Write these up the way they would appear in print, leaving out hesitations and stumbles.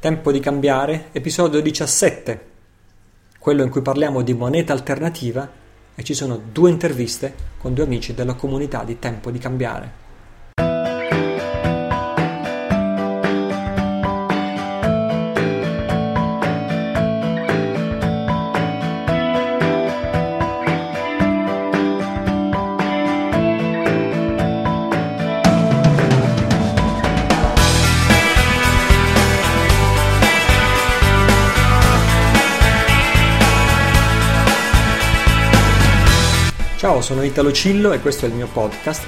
Tempo di cambiare, episodio 17, quello in cui parliamo di moneta alternativa e ci sono 2 interviste con 2 amici della comunità di Tempo di Cambiare. Ciao, sono Italo Cillo e questo è il mio podcast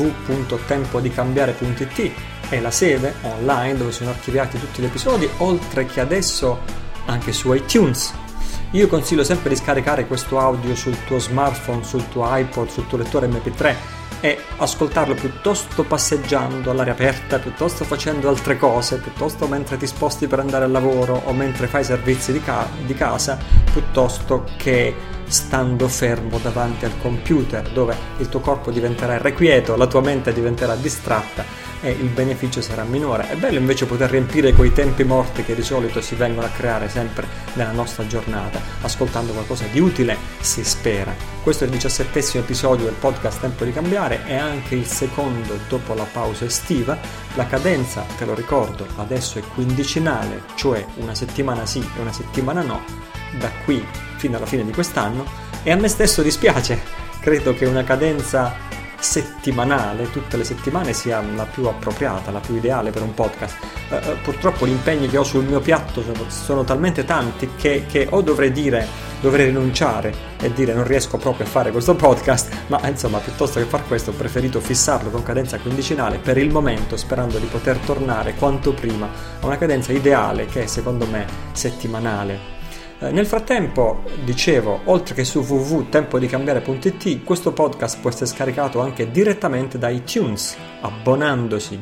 www.tempodicambiare.it, è la sede online dove sono archiviati tutti gli episodi, oltre che adesso anche su iTunes. Io consiglio sempre di scaricare questo audio sul tuo smartphone, sul tuo iPod, sul tuo lettore MP3 e ascoltarlo piuttosto passeggiando all'aria aperta, piuttosto facendo altre cose, piuttosto mentre ti sposti per andare al lavoro o mentre fai servizi di casa, piuttosto che stando fermo davanti al computer, dove il tuo corpo diventerà irrequieto, la tua mente diventerà distratta e il beneficio sarà minore. È bello invece poter riempire quei tempi morti che di solito si vengono a creare sempre nella nostra giornata, ascoltando qualcosa di utile, si spera. Questo è il 17° episodio del podcast Tempo di Cambiare e anche il secondo dopo la pausa estiva. La cadenza, te lo ricordo, adesso è quindicinale, cioè una settimana sì e una settimana no, da qui fino alla fine di quest'anno, e a me stesso dispiace. Credo che una cadenza settimanale, tutte le settimane, sia la più appropriata, la più ideale per un podcast. Purtroppo gli impegni che ho sul mio piatto sono talmente tanti che o dovrei rinunciare e dire non riesco proprio a fare questo podcast, ma insomma, piuttosto che far questo ho preferito fissarlo con cadenza quindicinale per il momento, sperando di poter tornare quanto prima a una cadenza ideale che è secondo me settimanale. Nel frattempo, dicevo, oltre che su www.tempodicambiare.it, questo podcast può essere scaricato anche direttamente da iTunes, abbonandosi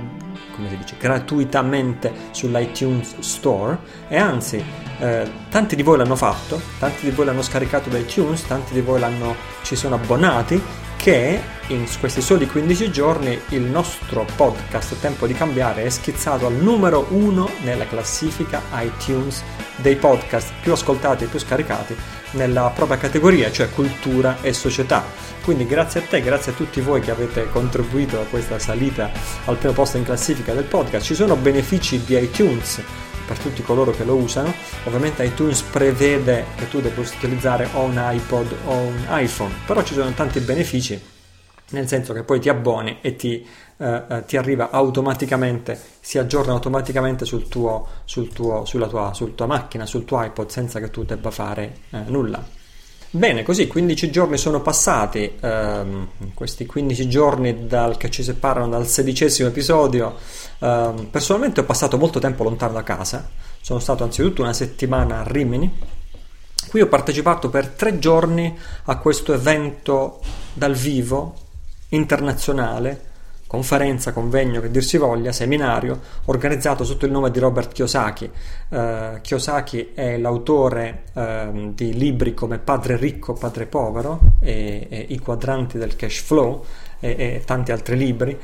gratuitamente sull'iTunes Store, e anzi, tanti di voi l'hanno fatto, tanti di voi l'hanno scaricato da iTunes, tanti di voi ci sono abbonati, che in questi soli 15 giorni il nostro podcast Tempo di Cambiare è schizzato al numero 1 nella classifica iTunes dei podcast più ascoltati e più scaricati nella propria categoria, cioè cultura e società. Quindi grazie a te, grazie a tutti voi che avete contribuito a questa salita al primo posto in classifica del podcast. Ci sono benefici di iTunes per tutti coloro che lo usano. Ovviamente iTunes prevede che tu debba utilizzare o un iPod o un iPhone, però ci sono tanti benefici, nel senso che poi ti abboni e ti arriva automaticamente, si aggiorna automaticamente sulla tua macchina, sul tuo iPod, senza che tu debba fare nulla. Bene, così 15 giorni sono passati, questi 15 giorni che ci separano dal 16° episodio. Personalmente ho passato molto tempo lontano da casa, sono stato anzitutto una settimana a Rimini. Qui ho partecipato per 3 giorni a questo evento dal vivo internazionale, conferenza, convegno, che dir si voglia, seminario, organizzato sotto il nome di Robert Kiyosaki. Kiyosaki è l'autore di libri come Padre ricco, Padre povero e I quadranti del cash flow e tanti altri libri.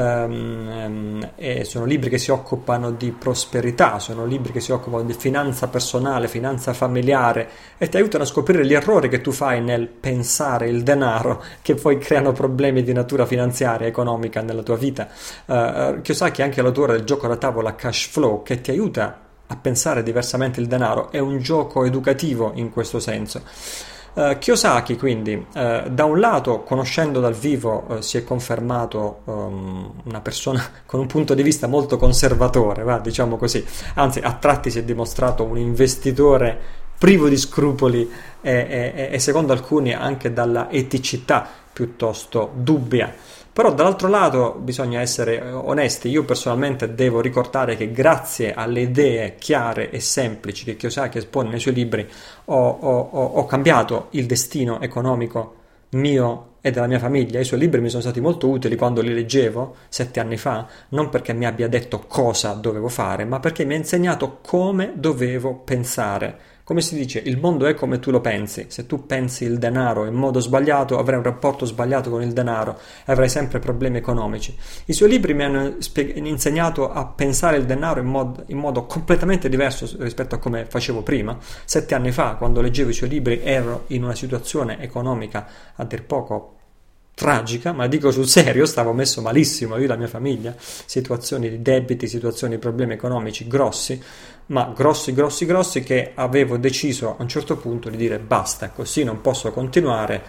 E sono libri che si occupano di prosperità, sono libri che si occupano di finanza personale, finanza familiare, e ti aiutano a scoprire gli errori che tu fai nel pensare il denaro, che poi creano problemi di natura finanziaria e economica nella tua vita. Kiyosaki è anche l'autore del gioco da tavola Cash Flow, che ti aiuta a pensare diversamente il denaro. È un gioco educativo in questo senso. Kiyosaki quindi da un lato, conoscendo dal vivo, si è confermato una persona con un punto di vista molto conservatore, diciamo così, anzi a tratti si è dimostrato un investitore privo di scrupoli e secondo alcuni anche dalla eticità piuttosto dubbia. Però dall'altro lato bisogna essere onesti. Io personalmente devo ricordare che grazie alle idee chiare e semplici che Kiyosaki espone nei suoi libri ho cambiato il destino economico mio e della mia famiglia. I suoi libri mi sono stati molto utili quando li leggevo 7 anni fa, non perché mi abbia detto cosa dovevo fare, ma perché mi ha insegnato come dovevo pensare, Come si dice, il mondo è come tu lo pensi. Se tu pensi il denaro in modo sbagliato, avrai un rapporto sbagliato con il denaro e avrai sempre problemi economici. I suoi libri mi hanno insegnato a pensare il denaro in modo completamente diverso rispetto a come facevo prima. 7 anni fa, quando leggevo i suoi libri, ero in una situazione economica a dir poco tragica, ma dico sul serio, stavo messo malissimo io e la mia famiglia, situazioni di debiti, situazioni di problemi economici grossi, ma grossi, che avevo deciso a un certo punto di dire basta, così non posso continuare,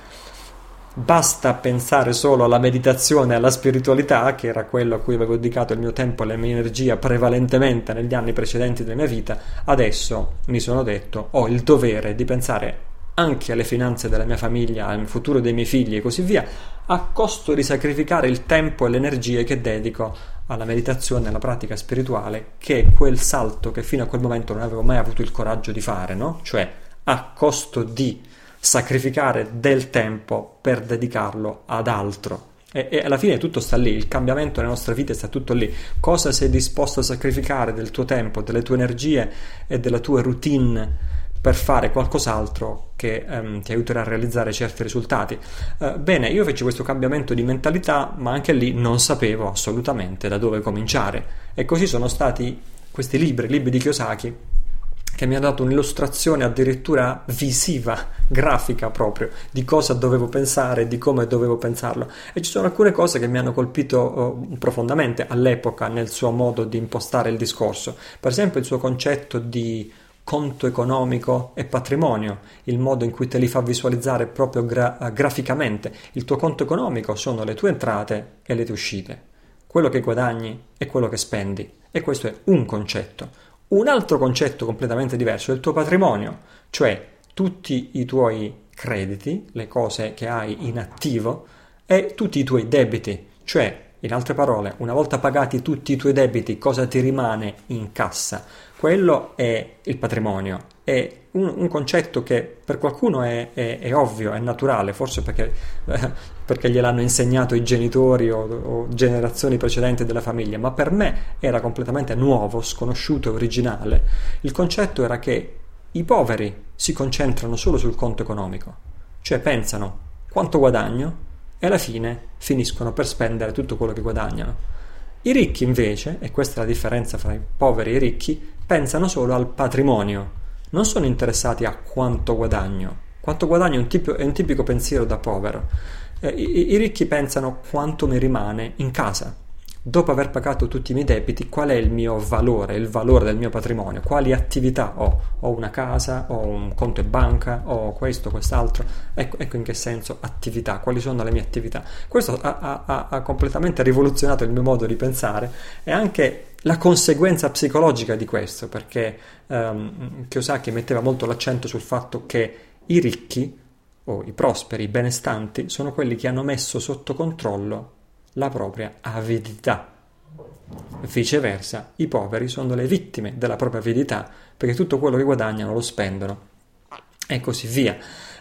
basta pensare solo alla meditazione e alla spiritualità, che era quello a cui avevo dedicato il mio tempo e la mia energia prevalentemente negli anni precedenti della mia vita. Adesso mi sono detto, ho il dovere di pensare anche alle finanze della mia famiglia, al futuro dei miei figli e così via, a costo di sacrificare il tempo e le energie che dedico alla meditazione, alla pratica spirituale, che è quel salto che fino a quel momento non avevo mai avuto il coraggio di fare, no? Cioè a costo di sacrificare del tempo per dedicarlo ad altro. E alla fine tutto sta lì, il cambiamento nelle nostre vite sta tutto lì. Cosa sei disposto a sacrificare del tuo tempo, delle tue energie e della tua routine per fare qualcos'altro che ti aiuterà a realizzare certi risultati. Bene, io feci questo cambiamento di mentalità, ma anche lì non sapevo assolutamente da dove cominciare, e così sono stati questi libri di Kiyosaki, che mi ha dato un'illustrazione addirittura visiva, grafica proprio, di cosa dovevo pensare, di come dovevo pensarlo. E ci sono alcune cose che mi hanno colpito profondamente all'epoca nel suo modo di impostare il discorso. Per esempio il suo concetto di conto economico e patrimonio, il modo in cui te li fa visualizzare proprio graficamente. Il tuo conto economico sono le tue entrate e le tue uscite, quello che guadagni e quello che spendi, e questo è un concetto. Un altro concetto completamente diverso è il tuo patrimonio, cioè tutti i tuoi crediti, le cose che hai in attivo, e tutti i tuoi debiti, cioè, in altre parole, una volta pagati tutti i tuoi debiti, cosa ti rimane in cassa? Quello è il patrimonio. È un concetto che per qualcuno è ovvio, è naturale, forse perché gliel'hanno insegnato i genitori o generazioni precedenti della famiglia, ma per me era completamente nuovo, sconosciuto e originale. Il concetto era che i poveri si concentrano solo sul conto economico, cioè pensano quanto guadagno e alla fine finiscono per spendere tutto quello che guadagnano. I ricchi invece, e questa è la differenza fra i poveri e i ricchi, pensano solo al patrimonio, non sono interessati a quanto guadagno. Quanto guadagno è un tipico pensiero da povero. I ricchi pensano quanto mi rimane in casa. Dopo aver pagato tutti i miei debiti, qual è il mio valore, il valore del mio patrimonio? Quali attività ho? Ho una casa, ho un conto in banca, ho questo, quest'altro. Ecco in che senso attività, quali sono le mie attività. Questo ha completamente rivoluzionato il mio modo di pensare e anche la conseguenza psicologica di questo, perché Kiyosaki metteva molto l'accento sul fatto che i ricchi o i prosperi, i benestanti, sono quelli che hanno messo sotto controllo la propria avidità. Viceversa, i poveri sono le vittime della propria avidità, perché tutto quello che guadagnano lo spendono e così via.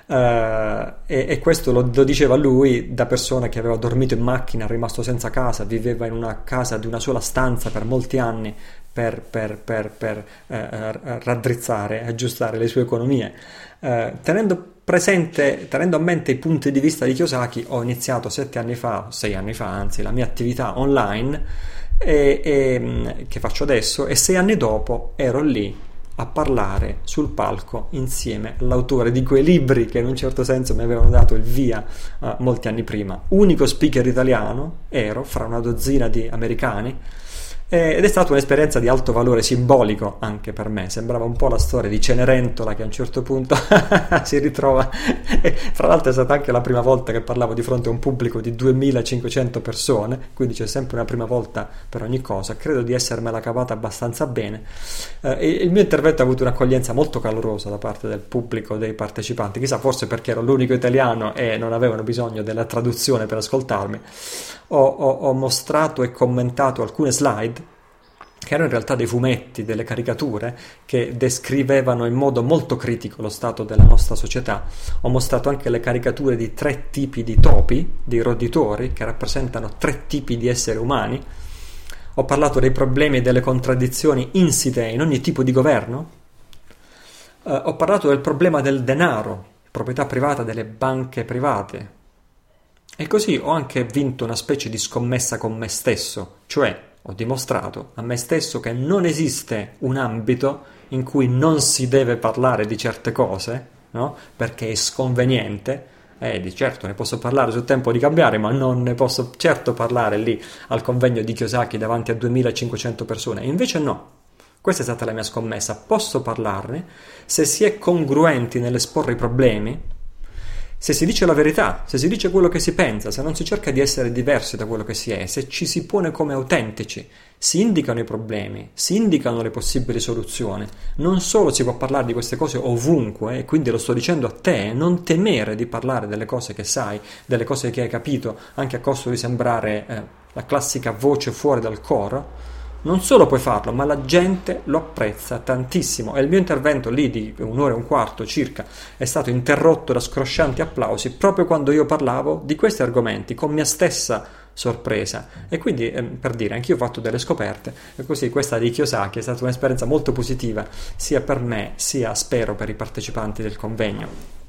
E questo lo diceva lui da persona che aveva dormito in macchina, rimasto senza casa, viveva in una casa di una sola stanza per molti anni per raddrizzare, aggiustare le sue economie. Tenendo a mente i punti di vista di Kiyosaki, ho iniziato 6 anni fa, anzi, la mia attività online che faccio adesso, e 6 anni dopo ero lì a parlare sul palco insieme all'autore di quei libri che in un certo senso mi avevano dato il via molti anni prima. Unico speaker italiano ero fra una dozzina di americani, ed è stata un'esperienza di alto valore simbolico anche per me. Sembrava un po' la storia di Cenerentola che a un certo punto si ritrova, e fra l'altro è stata anche la prima volta che parlavo di fronte a un pubblico di 2500 persone, quindi c'è sempre una prima volta per ogni cosa. Credo di essermela cavata abbastanza bene, e il mio intervento ha avuto un'accoglienza molto calorosa da parte del pubblico, dei partecipanti, chissà, forse perché ero l'unico italiano e non avevano bisogno della traduzione per ascoltarmi. Ho mostrato e commentato alcune slide che erano in realtà dei fumetti, delle caricature che descrivevano in modo molto critico lo stato della nostra società. Ho mostrato anche le caricature di 3 tipi di topi, di roditori, che rappresentano 3 tipi di esseri umani. Ho parlato dei problemi e delle contraddizioni insite in ogni tipo di governo. Ho parlato del problema del denaro, proprietà privata delle banche private. E così ho anche vinto una specie di scommessa con me stesso, cioè ho dimostrato a me stesso che non esiste un ambito in cui non si deve parlare di certe cose, no? Perché è sconveniente. Di certo ne posso parlare sul tempo di cambiare, ma non ne posso certo parlare lì al convegno di Kiyosaki davanti a 2500 persone. Invece no, questa è stata la mia scommessa. Posso parlarne se si è congruenti nell'esporre i problemi, se si dice la verità, se si dice quello che si pensa, se non si cerca di essere diversi da quello che si è, se ci si pone come autentici, si indicano i problemi, si indicano le possibili soluzioni. Non solo si può parlare di queste cose ovunque, e quindi lo sto dicendo a te, non temere di parlare delle cose che sai, delle cose che hai capito, anche a costo di sembrare la classica voce fuori dal coro. Non solo puoi farlo, ma la gente lo apprezza tantissimo. E il mio intervento lì di 1 ora e 1/4 circa è stato interrotto da scroscianti applausi proprio quando io parlavo di questi argomenti, con mia stessa sorpresa. E quindi, per dire, anch'io ho fatto delle scoperte, e così questa di Kiyosaki è stata un'esperienza molto positiva, sia per me, sia spero per i partecipanti del convegno.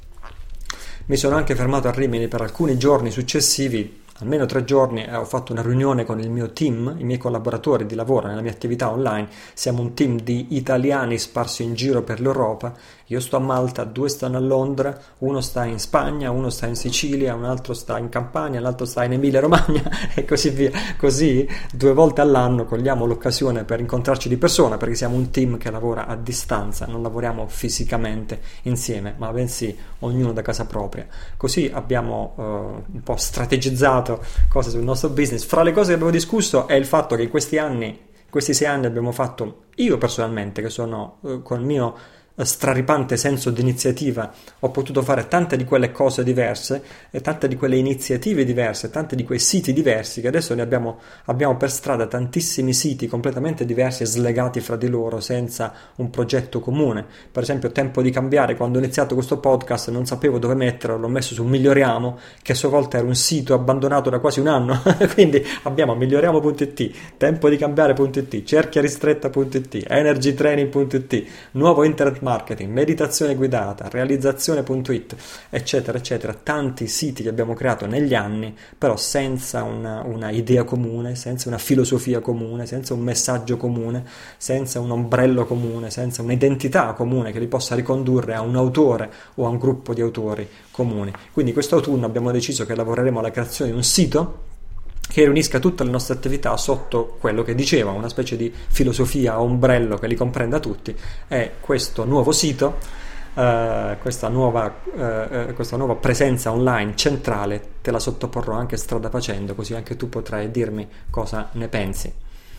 Mi sono anche fermato a Rimini per alcuni giorni successivi, almeno 3 giorni, ho fatto una riunione con il mio team, i miei collaboratori di lavoro nella mia attività online. Siamo un team di italiani sparsi in giro per l'Europa. Io sto a Malta, 2 stanno a Londra, uno sta in Spagna, uno sta in Sicilia, un altro sta in Campania, l'altro sta in Emilia Romagna e così via. Così 2 volte all'anno cogliamo l'occasione per incontrarci di persona, perché siamo un team che lavora a distanza, non lavoriamo fisicamente insieme, ma bensì ognuno da casa propria. Così abbiamo un po' strategizzato cose sul nostro business. Fra le cose che abbiamo discusso è il fatto che in questi 6 anni abbiamo fatto, io personalmente, che sono con il mio straripante senso di iniziativa, ho potuto fare tante di quelle cose diverse e tante di quelle iniziative diverse, tanti di quei siti diversi, che adesso ne abbiamo per strada tantissimi siti completamente diversi e slegati fra di loro senza un progetto comune. Per esempio Tempo di Cambiare, quando ho iniziato questo podcast non sapevo dove metterlo, l'ho messo su Miglioriamo, che a sua volta era un sito abbandonato da quasi un anno quindi abbiamo miglioriamo.it, tempodicambiare.it, cerchiaristretta.it, energytraining.it, nuovo internet marketing, meditazione guidata, realizzazione.it, eccetera eccetera, tanti siti che abbiamo creato negli anni, però senza una idea comune, senza una filosofia comune, senza un messaggio comune, senza un ombrello comune, senza un'identità comune che li possa ricondurre a un autore o a un gruppo di autori comuni. Quindi quest'autunno abbiamo deciso che lavoreremo alla creazione di un sito che riunisca tutte le nostre attività sotto quello che diceva, una specie di filosofia ombrello che li comprenda tutti. E questo nuovo sito, questa nuova presenza online centrale, te la sottoporrò anche strada facendo, così anche tu potrai dirmi cosa ne pensi.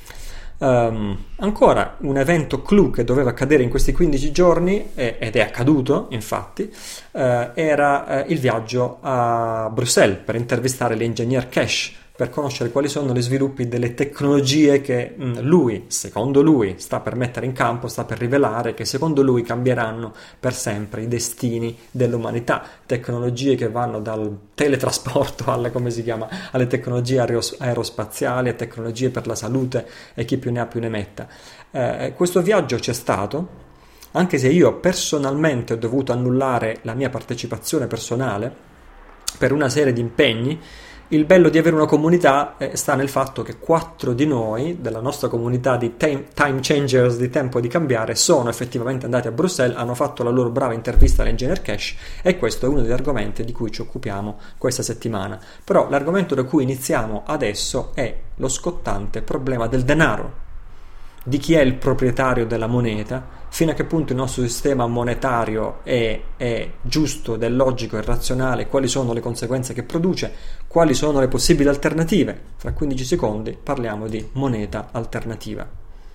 Ancora un evento clou che doveva accadere in questi 15 giorni, ed è accaduto infatti, era il viaggio a Bruxelles per intervistare l'ingegner Cash, per conoscere quali sono gli sviluppi delle tecnologie che secondo lui, sta per mettere in campo, sta per rivelare, che secondo lui cambieranno per sempre i destini dell'umanità. Tecnologie che vanno dal teletrasporto alle tecnologie aerospaziali, a tecnologie per la salute e chi più ne ha più ne metta. Questo viaggio c'è stato, anche se io personalmente ho dovuto annullare la mia partecipazione personale per una serie di impegni. Il bello di avere una comunità sta nel fatto che 4 di noi, della nostra comunità di time changers di Tempo di Cambiare, sono effettivamente andati a Bruxelles, hanno fatto la loro brava intervista all'Engineer Cash, e questo è uno degli argomenti di cui ci occupiamo questa settimana. Però l'argomento da cui iniziamo adesso è lo scottante problema del denaro, di chi è il proprietario della moneta, fino a che punto il nostro sistema monetario è giusto, ed è logico e razionale, quali sono le conseguenze che produce, quali sono le possibili alternative. Fra 15 secondi parliamo di moneta alternativa.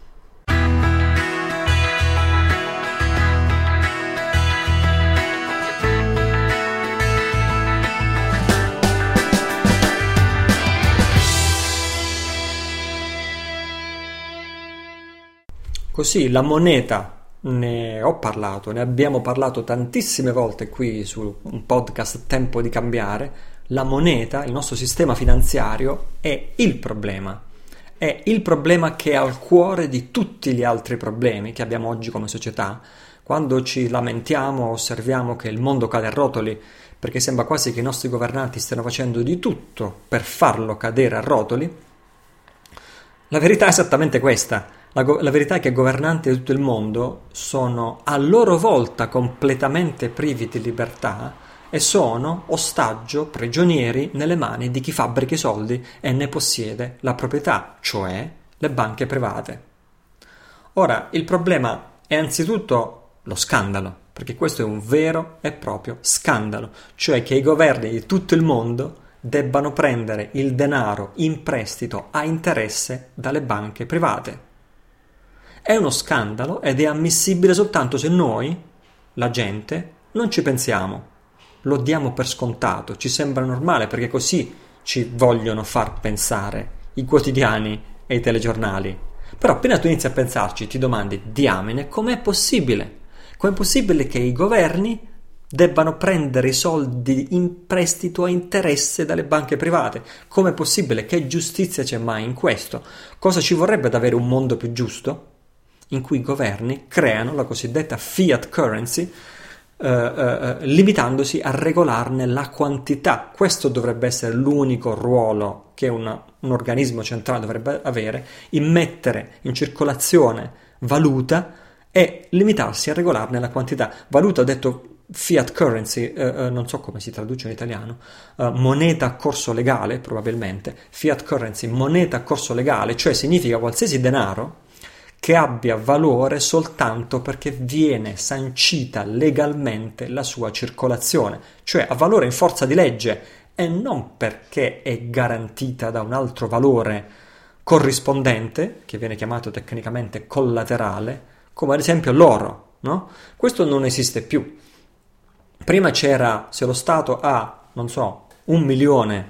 Così la moneta, ne abbiamo parlato tantissime volte qui su un podcast Tempo di Cambiare. La moneta, il nostro sistema finanziario, è il problema. è il problema che è al cuore di tutti gli altri problemi che abbiamo oggi come società. Quando ci lamentiamo, osserviamo che il mondo cade a rotoli, perché sembra quasi che i nostri governanti stiano facendo di tutto per farlo cadere a rotoli, la verità è esattamente questa. La verità è che i governanti di tutto il mondo sono a loro volta completamente privi di libertà e sono ostaggio, prigionieri nelle mani di chi fabbrica i soldi e ne possiede la proprietà, cioè le banche private. Ora, il problema è anzitutto lo scandalo, perché questo è un vero e proprio scandalo, cioè che i governi di tutto il mondo debbano prendere il denaro in prestito a interesse dalle banche private. È uno scandalo ed è ammissibile soltanto se noi, la gente, non ci pensiamo, lo diamo per scontato, ci sembra normale perché così ci vogliono far pensare i quotidiani e i telegiornali. Però appena tu inizi a pensarci ti domandi, diamine, com'è possibile? Com'è possibile che i governi debbano prendere i soldi in prestito a interesse dalle banche private? Com'è possibile? Che giustizia c'è mai in questo? Cosa ci vorrebbe ad avere un mondo più giusto? In cui i governi creano la cosiddetta fiat currency, limitandosi a regolarne la quantità. Questo dovrebbe essere l'unico ruolo che un organismo centrale dovrebbe avere, immettere in circolazione valuta e limitarsi a regolarne la quantità. Valuta, ho detto fiat currency, non so come si traduce in italiano, moneta a corso legale probabilmente, fiat currency, moneta a corso legale, cioè significa qualsiasi denaro che abbia valore soltanto perché viene sancita legalmente la sua circolazione, cioè ha valore in forza di legge e non perché è garantita da un altro valore corrispondente, che viene chiamato tecnicamente collaterale, come ad esempio l'oro, no? Questo non esiste più. Prima c'era, se lo Stato ha, non so, 1 milione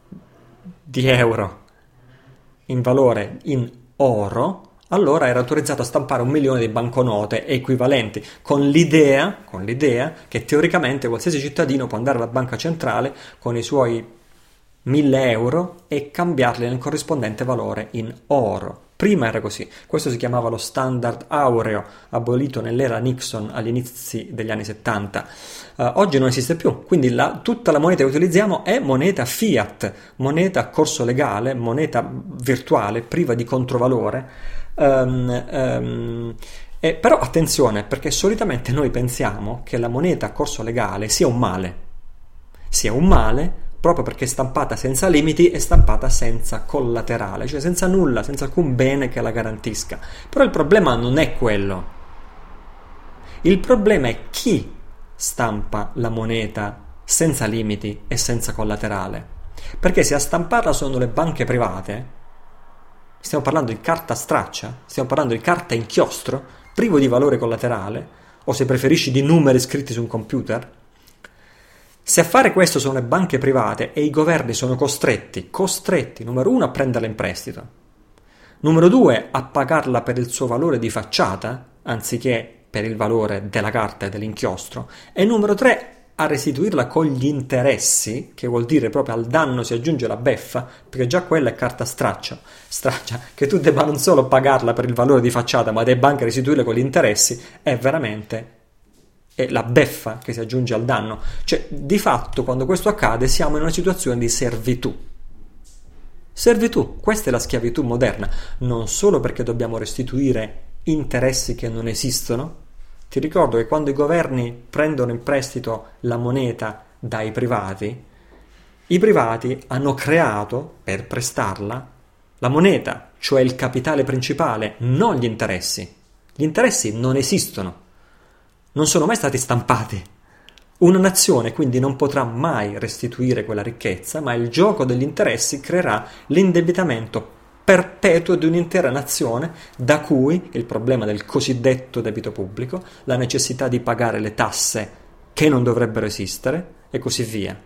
di euro in valore in oro, allora era autorizzato a stampare 1 milione di banconote equivalenti, con l'idea che teoricamente qualsiasi cittadino può andare alla banca centrale con i suoi 1.000 euro e cambiarli nel corrispondente valore in oro. Prima era così, questo si chiamava lo standard aureo, abolito nell'era Nixon agli inizi degli anni 70. Oggi non esiste più, quindi tutta la moneta che utilizziamo è moneta fiat, moneta a corso legale, moneta virtuale, priva di controvalore. Però attenzione, perché solitamente noi pensiamo che la moneta a corso legale sia un male proprio perché è stampata senza limiti e stampata senza collaterale, cioè senza nulla, senza alcun bene che la garantisca. Però il problema non è quello. Il problema è chi stampa la moneta senza limiti e senza collaterale. Perché se a stamparla sono le banche private, stiamo parlando di carta straccia, stiamo parlando di carta inchiostro, privo di valore collaterale, o se preferisci di numeri scritti su un computer. Se a fare questo sono le banche private e i governi sono costretti, numero 1, a prenderla in prestito, numero 2, a pagarla per il suo valore di facciata, anziché per il valore della carta e dell'inchiostro, e numero 3, a restituirla con gli interessi, che vuol dire proprio al danno si aggiunge la beffa, perché già quella è carta straccia, che tu debba non solo pagarla per il valore di facciata, ma debba anche restituirla con gli interessi, è veramente la beffa che si aggiunge al danno. Cioè, di fatto, quando questo accade, siamo in una situazione di servitù. Servitù, questa è la schiavitù moderna, non solo perché dobbiamo restituire interessi che non esistono. Ti ricordo che quando i governi prendono in prestito la moneta dai privati, i privati hanno creato, per prestarla, la moneta, cioè il capitale principale, non gli interessi. Gli interessi non esistono, non sono mai stati stampati. Una nazione quindi non potrà mai restituire quella ricchezza, ma il gioco degli interessi creerà l'indebitamento perpetuo di un'intera nazione, da cui il problema del cosiddetto debito pubblico, la necessità di pagare le tasse che non dovrebbero esistere e così via.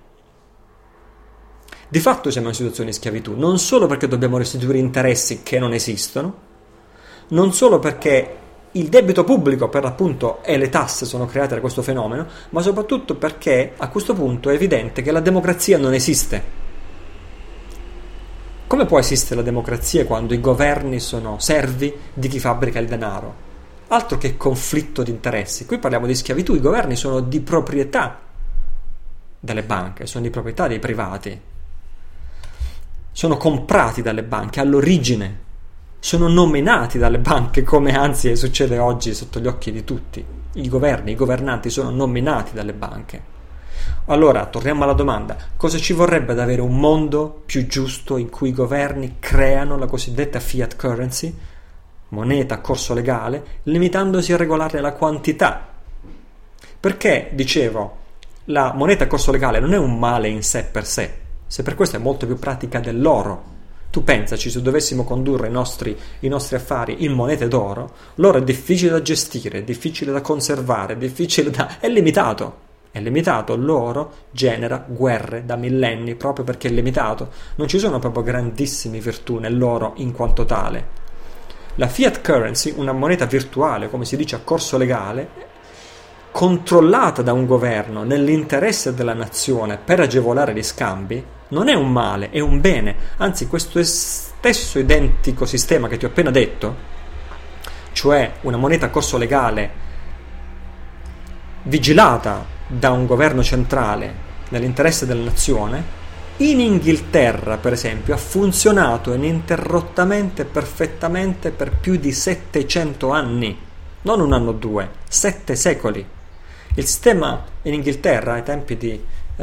Di fatto siamo in situazione di schiavitù, non solo perché dobbiamo restituire interessi che non esistono, non solo perché il debito pubblico per l'appunto e le tasse sono create da questo fenomeno, ma soprattutto perché a questo punto è evidente che la democrazia non esiste. Come può esistere la democrazia quando i governi sono servi di chi fabbrica il denaro? Altro che conflitto di interessi. Qui parliamo di schiavitù, i governi sono di proprietà delle banche, sono di proprietà dei privati, sono comprati dalle banche all'origine, sono nominati dalle banche, come anzi succede oggi sotto gli occhi di tutti. I governi, i governanti sono nominati dalle banche. Allora, torniamo alla domanda: cosa ci vorrebbe ad avere un mondo più giusto in cui i governi creano la cosiddetta fiat currency, moneta a corso legale, limitandosi a regolarne la quantità? Perché, dicevo, la moneta a corso legale non è un male in sé per sé, se per questo è molto più pratica dell'oro. Tu pensaci, se dovessimo condurre i nostri affari in monete d'oro, l'oro è difficile da gestire, è difficile da conservare, è limitato. È limitato, l'oro genera guerre da millenni proprio perché è limitato. Non ci sono proprio grandissime virtù nell'oro in quanto tale. La fiat currency, una moneta virtuale, come si dice a corso legale, controllata da un governo nell'interesse della nazione per agevolare gli scambi, non è un male, è un bene. Anzi, questo stesso identico sistema che ti ho appena detto, cioè una moneta a corso legale vigilata da un governo centrale nell'interesse della nazione, in Inghilterra, per esempio, ha funzionato ininterrottamente, perfettamente per più di 700 anni, non un anno o due, 7 secoli. Il sistema in Inghilterra, ai tempi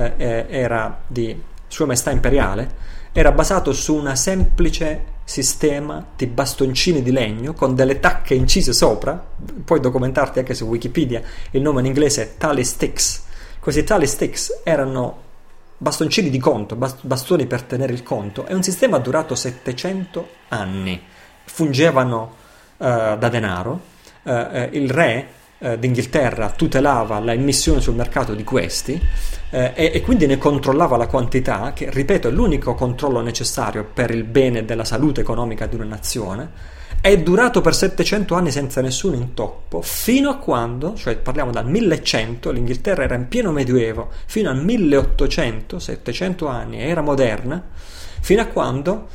era di Sua Maestà Imperiale, era basato su un semplice sistema di bastoncini di legno con delle tacche incise sopra. Puoi documentarti anche su Wikipedia, il nome in inglese è tally sticks. Questi tally sticks erano bastoncini di conto, bastoni per tenere il conto, e un sistema durato 700 anni. Fungevano da denaro. Il re d'Inghilterra tutelava la immissione sul mercato di questi e quindi ne controllava la quantità, che, ripeto, è l'unico controllo necessario per il bene della salute economica di una nazione. È durato per 700 anni senza nessun intoppo, fino a quando, cioè parliamo dal 1100, l'Inghilterra era in pieno medioevo, fino al 1800, 700 anni, era moderna, fino a quando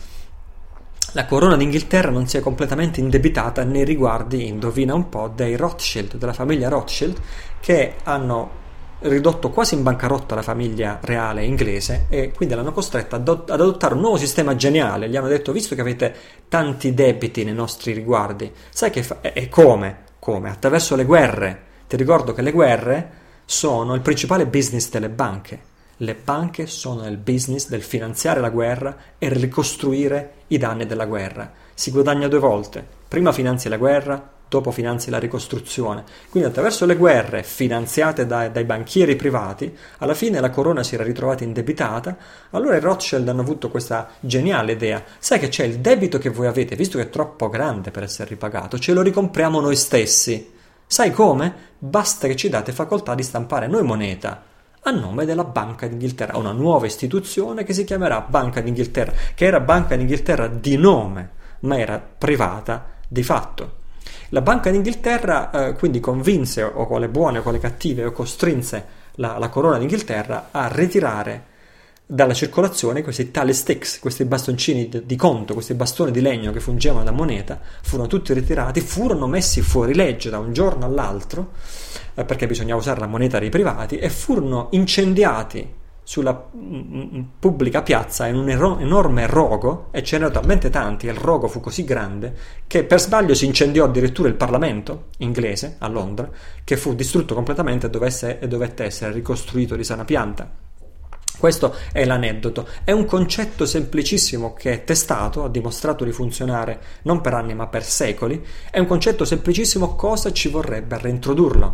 la corona d'Inghilterra non si è completamente indebitata nei riguardi, indovina un po', dei Rothschild, della famiglia Rothschild, che hanno ridotto quasi in bancarotta la famiglia reale inglese e quindi l'hanno costretta ad adottare un nuovo sistema geniale. Gli hanno detto: visto che avete tanti debiti nei nostri riguardi, sai che e come? Attraverso le guerre. Ti ricordo che le guerre sono il principale business delle banche. Le banche sono nel business del finanziare la guerra e ricostruire i danni della guerra. Si guadagna due volte: prima finanzi la guerra, dopo finanzi la ricostruzione. Quindi attraverso le guerre finanziate dai banchieri privati, alla fine la corona si era ritrovata indebitata. Allora i Rothschild hanno avuto questa geniale idea: sai che c'è il debito che voi avete, visto che è troppo grande per essere ripagato, ce lo ricompriamo noi stessi. Sai come? Basta che ci date facoltà di stampare noi moneta a nome della Banca d'Inghilterra, una nuova istituzione che si chiamerà Banca d'Inghilterra, che era Banca d'Inghilterra di nome, ma era privata di fatto. La Banca d'Inghilterra quindi convinse, o con le buone o con le cattive, o costrinse la corona d'Inghilterra a ritirare dalla circolazione questi tally sticks, questi bastoncini di conto, questi bastoni di legno che fungevano da moneta. Furono tutti ritirati, furono messi fuori legge da un giorno all'altro, perché bisognava usare la moneta dei privati, e furono incendiati sulla pubblica piazza in un enorme rogo, e ce n'erano talmente tanti, e il rogo fu così grande che per sbaglio si incendiò addirittura il Parlamento inglese a Londra, che fu distrutto completamente e dovette essere ricostruito di sana pianta. Questo è l'aneddoto. È un concetto semplicissimo che è testato, ha dimostrato di funzionare non per anni ma per secoli. È un concetto semplicissimo. Cosa ci vorrebbe a reintrodurlo?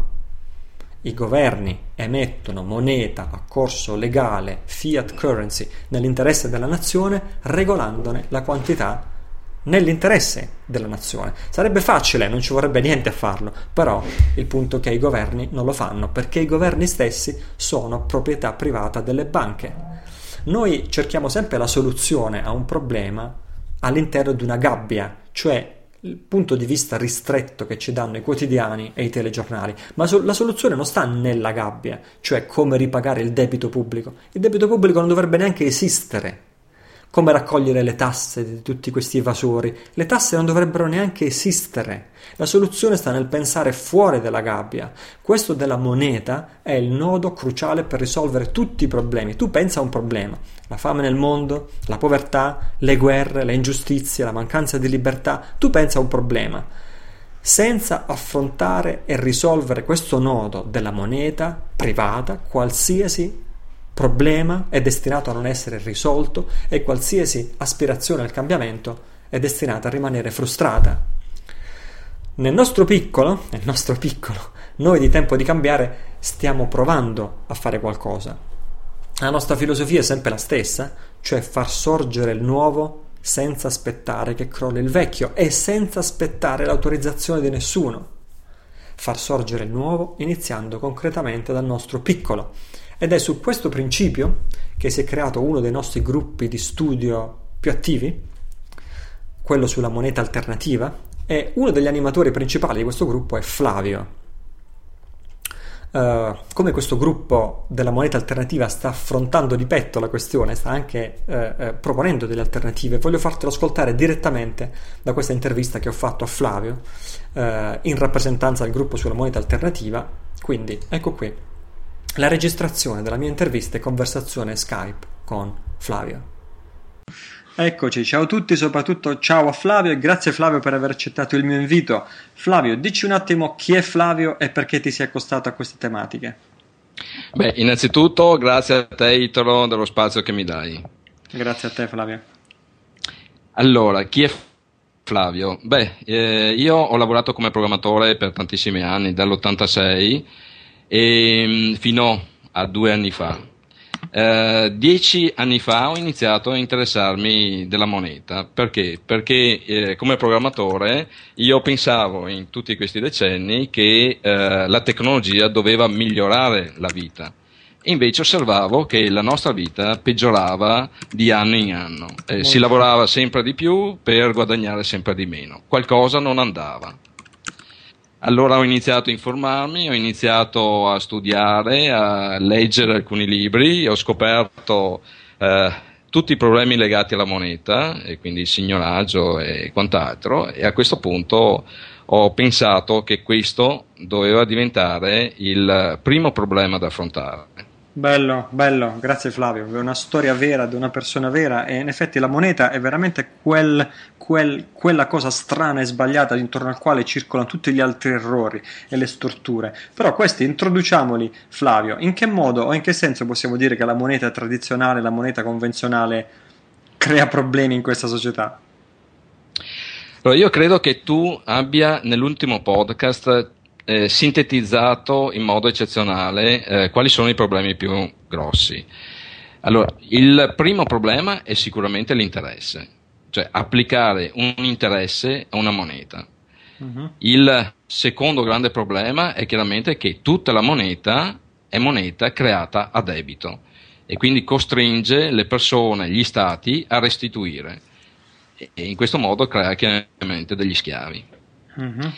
I governi emettono moneta a corso legale, fiat currency, nell'interesse della nazione, regolandone la quantità nell'interesse della nazione. Sarebbe facile, non ci vorrebbe niente a farlo, però il punto è che i governi non lo fanno, perché i governi stessi sono proprietà privata delle banche. Noi cerchiamo sempre la soluzione a un problema all'interno di una gabbia, cioè il punto di vista ristretto che ci danno i quotidiani e i telegiornali, ma la soluzione non sta nella gabbia, cioè come ripagare il debito pubblico. Il debito pubblico non dovrebbe neanche esistere. Come raccogliere le tasse di tutti questi evasori? Le tasse non dovrebbero neanche esistere. La soluzione sta nel pensare fuori dalla gabbia. Questo della moneta è il nodo cruciale per risolvere tutti i problemi. Tu pensa a un problema: la fame nel mondo, la povertà, le guerre, le ingiustizie, la mancanza di libertà. Tu pensa a un problema. Senza affrontare e risolvere questo nodo della moneta privata, qualsiasi problema è destinato a non essere risolto e qualsiasi aspirazione al cambiamento è destinata a rimanere frustrata. Nel nostro piccolo, noi di Tempo di Cambiare stiamo provando a fare qualcosa. La nostra filosofia è sempre la stessa, cioè far sorgere il nuovo senza aspettare che crolli il vecchio e senza aspettare l'autorizzazione di nessuno. Far sorgere il nuovo iniziando concretamente dal nostro piccolo. Ed è su questo principio che si è creato uno dei nostri gruppi di studio più attivi, quello sulla moneta alternativa, e uno degli animatori principali di questo gruppo è Flavio. Come questo gruppo della moneta alternativa sta affrontando di petto la questione, sta anche proponendo delle alternative, voglio fartelo ascoltare direttamente da questa intervista che ho fatto a Flavio in rappresentanza del gruppo sulla moneta alternativa. Quindi ecco qui la registrazione della mia intervista e conversazione Skype con Flavio. Eccoci, ciao a tutti, soprattutto ciao a Flavio e grazie Flavio per aver accettato il mio invito. Flavio, dici un attimo chi è Flavio e perché ti sei accostato a queste tematiche. Beh, innanzitutto grazie a te Italo dello spazio che mi dai. Grazie a te Flavio. Allora, chi è Flavio? Beh, io ho lavorato come programmatore per tantissimi anni, dall'86 e fino a 2 anni fa. 10 anni fa ho iniziato a interessarmi della moneta. Perché? Perché come programmatore io pensavo in tutti questi decenni che la tecnologia doveva migliorare la vita. E invece osservavo che la nostra vita peggiorava di anno in anno. Si lavorava sempre di più per guadagnare sempre di meno. Qualcosa non andava. Allora ho iniziato a informarmi, ho iniziato a studiare, a leggere alcuni libri, ho scoperto tutti i problemi legati alla moneta, e quindi il signoraggio e quant'altro, e a questo punto ho pensato che questo doveva diventare il primo problema da affrontare. Bello, grazie Flavio, è una storia vera di una persona vera e in effetti la moneta è veramente quella cosa strana e sbagliata intorno al quale circolano tutti gli altri errori e le storture. Però questi introduciamoli Flavio, in che modo o in che senso possiamo dire che la moneta tradizionale, la moneta convenzionale crea problemi in questa società? Allora, io credo che tu abbia nell'ultimo podcast sintetizzato in modo eccezionale quali sono i problemi più grossi. Allora, il primo problema è sicuramente l'interesse, cioè applicare un interesse a una moneta. Uh-huh. Il secondo grande problema è chiaramente che tutta la moneta è moneta creata a debito e quindi costringe le persone, gli stati a restituire e in questo modo crea chiaramente degli schiavi. Uh-huh.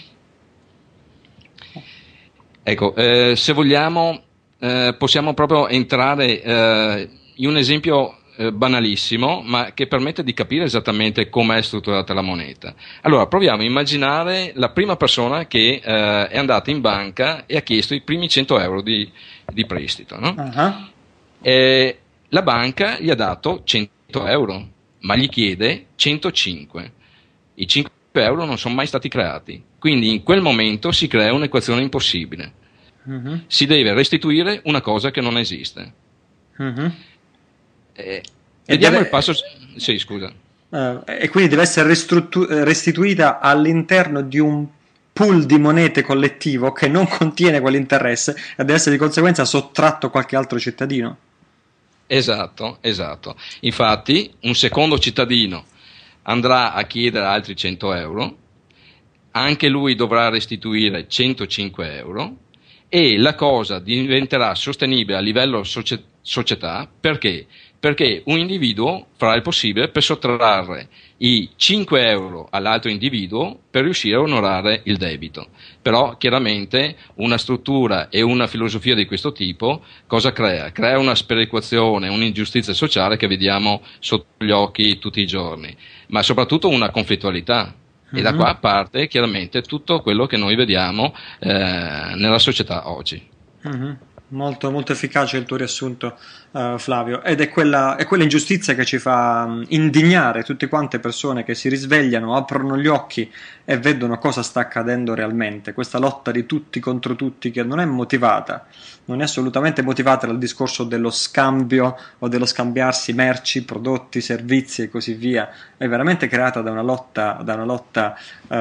Ecco, se vogliamo possiamo proprio entrare in un esempio banalissimo, ma che permette di capire esattamente com'è strutturata la moneta. Allora, proviamo a immaginare la prima persona che è andata in banca e ha chiesto i primi 100 euro di prestito, no? Uh-huh. La banca gli ha dato 100 euro, ma gli chiede 105. I 5 euro non sono mai stati creati. Quindi in quel momento si crea un'equazione impossibile. Uh-huh. Si deve restituire una cosa che non esiste. Uh-huh. Vediamo il passo. Sì, scusa. E quindi deve essere restituita all'interno di un pool di monete collettivo che non contiene quell'interesse e deve essere di conseguenza sottratto a qualche altro cittadino. Esatto. Infatti, un secondo cittadino andrà a chiedere altri 100 euro. Anche lui dovrà restituire 105 euro e la cosa diventerà sostenibile a livello società perché perché un individuo farà il possibile per sottrarre i 5 euro all'altro individuo per riuscire a onorare il debito. Però chiaramente una struttura e una filosofia di questo tipo cosa crea? Crea una sperequazione, un'ingiustizia sociale che vediamo sotto gli occhi tutti i giorni, ma soprattutto una conflittualità. E da qua parte chiaramente tutto quello che noi vediamo nella società oggi. Molto, molto efficace il tuo riassunto, Flavio, ed è quella ingiustizia che ci fa indignare tutte quante persone che si risvegliano, aprono gli occhi e vedono cosa sta accadendo realmente. Questa lotta di tutti contro tutti che non è motivata, non è assolutamente motivata dal discorso dello scambio o dello scambiarsi merci, prodotti, servizi e così via. È veramente creata da una lotta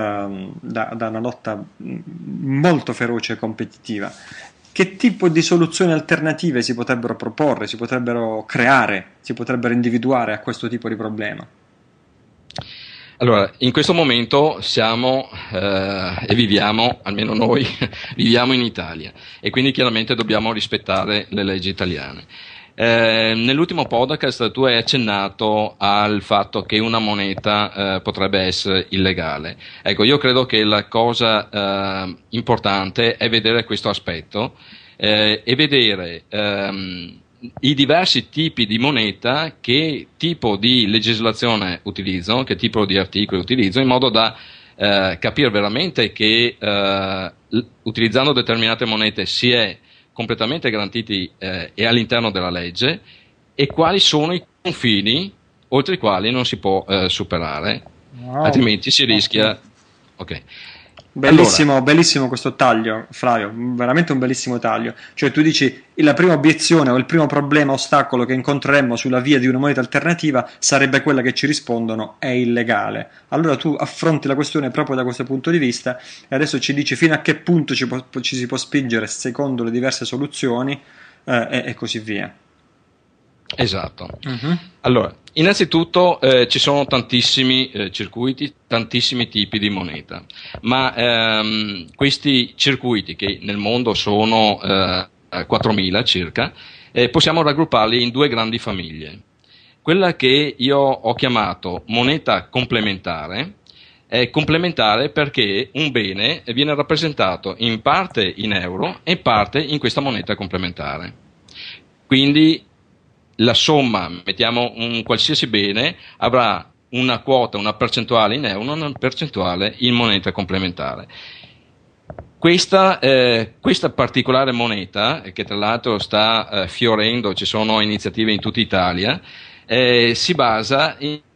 molto feroce e competitiva. Che tipo di soluzioni alternative si potrebbero proporre, si potrebbero creare, si potrebbero individuare a questo tipo di problema? Allora, in questo momento siamo e viviamo, almeno noi, viviamo in Italia e quindi chiaramente dobbiamo rispettare le leggi italiane. Nell'ultimo podcast tu hai accennato al fatto che una moneta potrebbe essere illegale. Ecco, io credo che la cosa importante è vedere questo aspetto e vedere i diversi tipi di moneta, che tipo di legislazione utilizzano, che tipo di articoli utilizzano, in modo da capire veramente che utilizzando determinate monete si è completamente garantiti e all'interno della legge, e quali sono i confini oltre i quali non si può superare, altrimenti si rischia. Ok. Bellissimo, allora, bellissimo questo taglio, Flavio, veramente un bellissimo taglio. Cioè tu dici la prima obiezione o il primo problema, ostacolo che incontreremmo sulla via di una moneta alternativa sarebbe quella che ci rispondono è illegale. Allora tu affronti la questione proprio da questo punto di vista e adesso ci dici fino a che punto ci si può spingere secondo le diverse soluzioni e così via. Esatto. Allora, innanzitutto ci sono tantissimi circuiti, tantissimi tipi di moneta, ma questi circuiti, che nel mondo sono 4.000 circa, possiamo raggrupparli in due grandi famiglie. Quella che io ho chiamato moneta complementare è complementare perché un bene viene rappresentato in parte in euro e in parte in questa moneta complementare. Quindi la somma, mettiamo un qualsiasi bene, avrà una quota, una percentuale in euro, una percentuale in moneta complementare. Questa particolare moneta, che tra l'altro sta fiorendo, ci sono iniziative in tutta Italia, si basa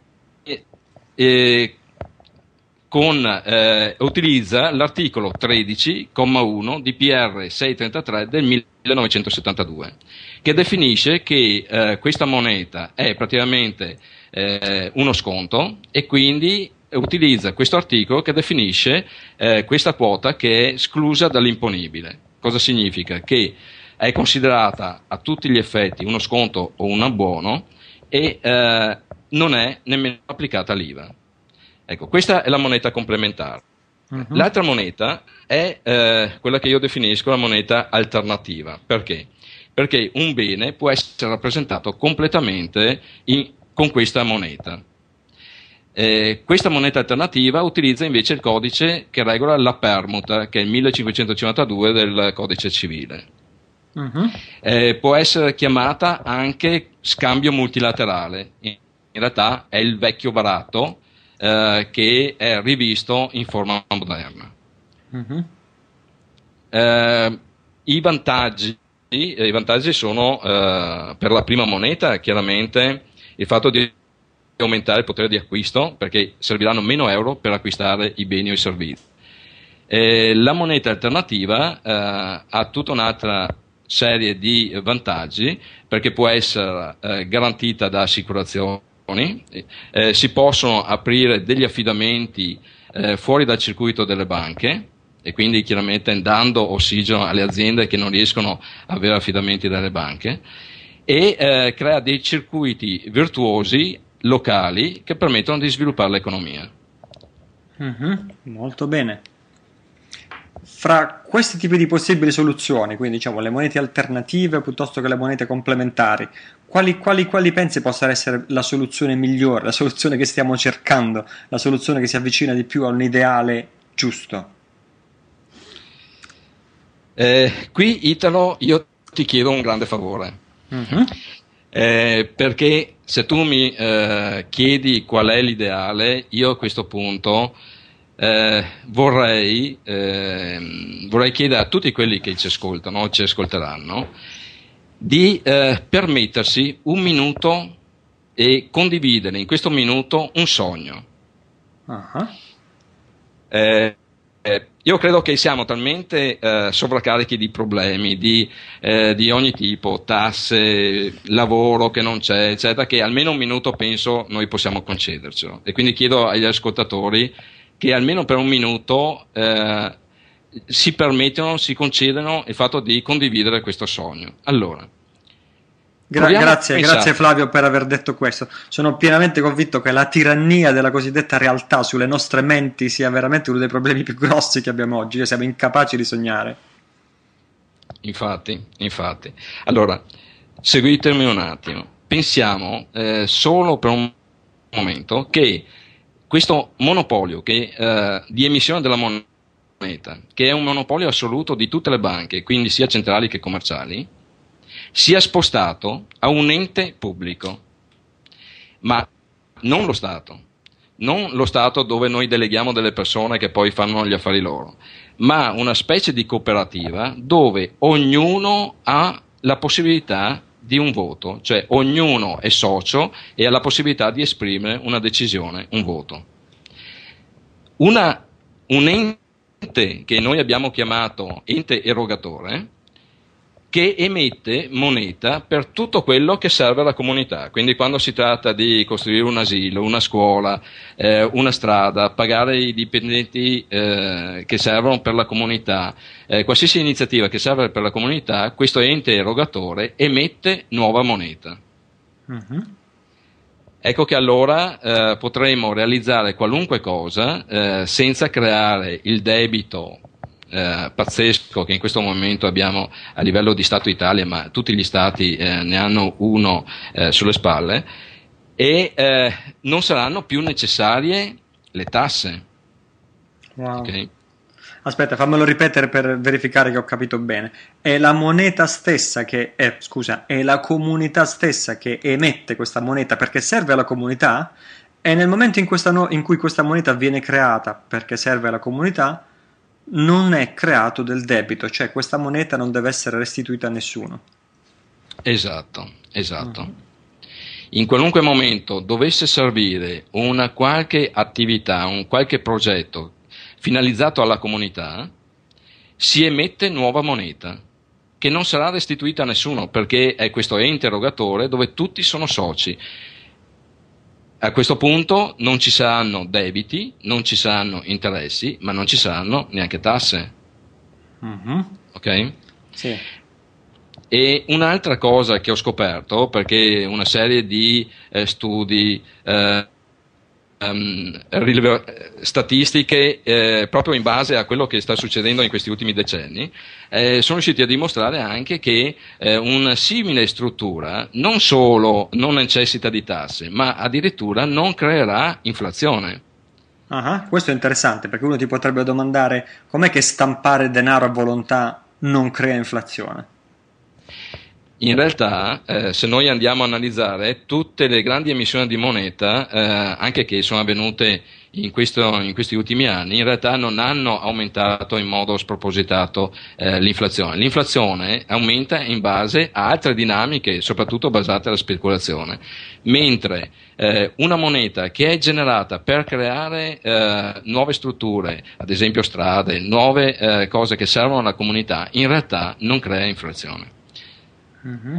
utilizza l'articolo 13,1 di PR 633 del 1972, che definisce che questa moneta è praticamente uno sconto, e quindi utilizza questo articolo che definisce questa quota che è esclusa dall'imponibile. Cosa significa? Che è considerata a tutti gli effetti uno sconto o un abbuono e non è nemmeno applicata l'IVA. Ecco, questa è la moneta complementare. L'altra moneta è quella che io definisco la moneta alternativa. Perché? Perché un bene può essere rappresentato completamente con questa moneta. Questa moneta alternativa utilizza invece il codice che regola la permuta, che è il 1552 del codice civile. Può essere chiamata anche scambio multilaterale. In realtà è il vecchio baratto che è rivisto in forma moderna. I vantaggi sono per la prima moneta chiaramente il fatto di aumentare il potere di acquisto, perché serviranno meno euro per acquistare i beni o i servizi. La moneta alternativa ha tutta un'altra serie di vantaggi, perché può essere garantita da assicurazioni, si possono aprire degli affidamenti fuori dal circuito delle banche, e quindi chiaramente dando ossigeno alle aziende che non riescono a avere affidamenti dalle banche, e crea dei circuiti virtuosi locali che permettono di sviluppare l'economia. Molto bene. fra questi tipi di possibili soluzioni, quindi diciamo le monete alternative piuttosto che le monete complementari, quali pensi possa essere la soluzione migliore, la soluzione che stiamo cercando, la soluzione che si avvicina di più a un ideale giusto? Qui Italo, io ti chiedo un grande favore. Mhm. Perché se tu mi chiedi qual è l'ideale, io a questo punto vorrei chiedere a tutti quelli che ci ascoltano, ci ascolteranno, di permettersi un minuto e condividere in questo minuto un sogno. Ah. Io credo che siamo talmente sovraccarichi di problemi di ogni tipo, tasse, lavoro che non c'è, eccetera, che almeno un minuto penso noi possiamo concedercelo. E quindi chiedo agli ascoltatori che almeno per un minuto si permettono, si concedano il fatto di condividere questo sogno. Allora, Grazie Flavio per aver detto questo. Sono pienamente convinto che la tirannia della cosiddetta realtà sulle nostre menti sia veramente uno dei problemi più grossi che abbiamo oggi, che siamo incapaci di sognare. Infatti. Allora, seguitemi un attimo. Pensiamo solo per un momento che questo monopolio di emissione della moneta, che è un monopolio assoluto di tutte le banche, quindi sia centrali che commerciali, sia spostato a un ente pubblico, ma non lo Stato dove noi deleghiamo delle persone che poi fanno gli affari loro, ma una specie di cooperativa dove ognuno ha la possibilità di un voto, cioè ognuno è socio e ha la possibilità di esprimere una decisione, un voto. Un ente che noi abbiamo chiamato ente erogatore, che emette moneta per tutto quello che serve alla comunità. Quindi quando si tratta di costruire un asilo, una scuola, una strada, pagare i dipendenti che servono per la comunità, qualsiasi iniziativa che serve per la comunità, questo ente erogatore emette nuova moneta. Mm-hmm. Ecco che allora potremo realizzare qualunque cosa senza creare il debito pazzesco che in questo momento abbiamo a livello di Stato Italia, ma tutti gli Stati ne hanno uno sulle spalle, e non saranno più necessarie le tasse. Wow. Okay? Aspetta, fammelo ripetere per verificare che ho capito bene. È la moneta stessa che è, è la comunità stessa che emette questa moneta perché serve alla comunità, e nel momento in cui questa moneta viene creata perché serve alla comunità, non è creato del debito, cioè questa moneta non deve essere restituita a nessuno. Esatto. In qualunque momento dovesse servire una qualche attività, un qualche progetto finalizzato alla comunità, si emette nuova moneta che non sarà restituita a nessuno, perché è questo ente erogatore dove tutti sono soci. A questo punto non ci saranno debiti, non ci saranno interessi, ma non ci saranno neanche tasse. Mm-hmm. Ok? Sì. E un'altra cosa che ho scoperto, perché una serie di studi, statistiche, proprio in base a quello che sta succedendo in questi ultimi decenni, sono riusciti a dimostrare anche che una simile struttura non solo non necessita di tasse, ma addirittura non creerà inflazione. Questo è interessante, perché uno ti potrebbe domandare com'è che stampare denaro a volontà non crea inflazione. In realtà, se noi andiamo a analizzare tutte le grandi emissioni di moneta, anche che sono avvenute in questi ultimi anni, in realtà non hanno aumentato in modo spropositato l'inflazione. L'inflazione aumenta in base a altre dinamiche, soprattutto basate alla speculazione, mentre una moneta che è generata per creare nuove strutture, ad esempio strade, nuove cose che servono alla comunità, in realtà non crea inflazione. Mm-hmm.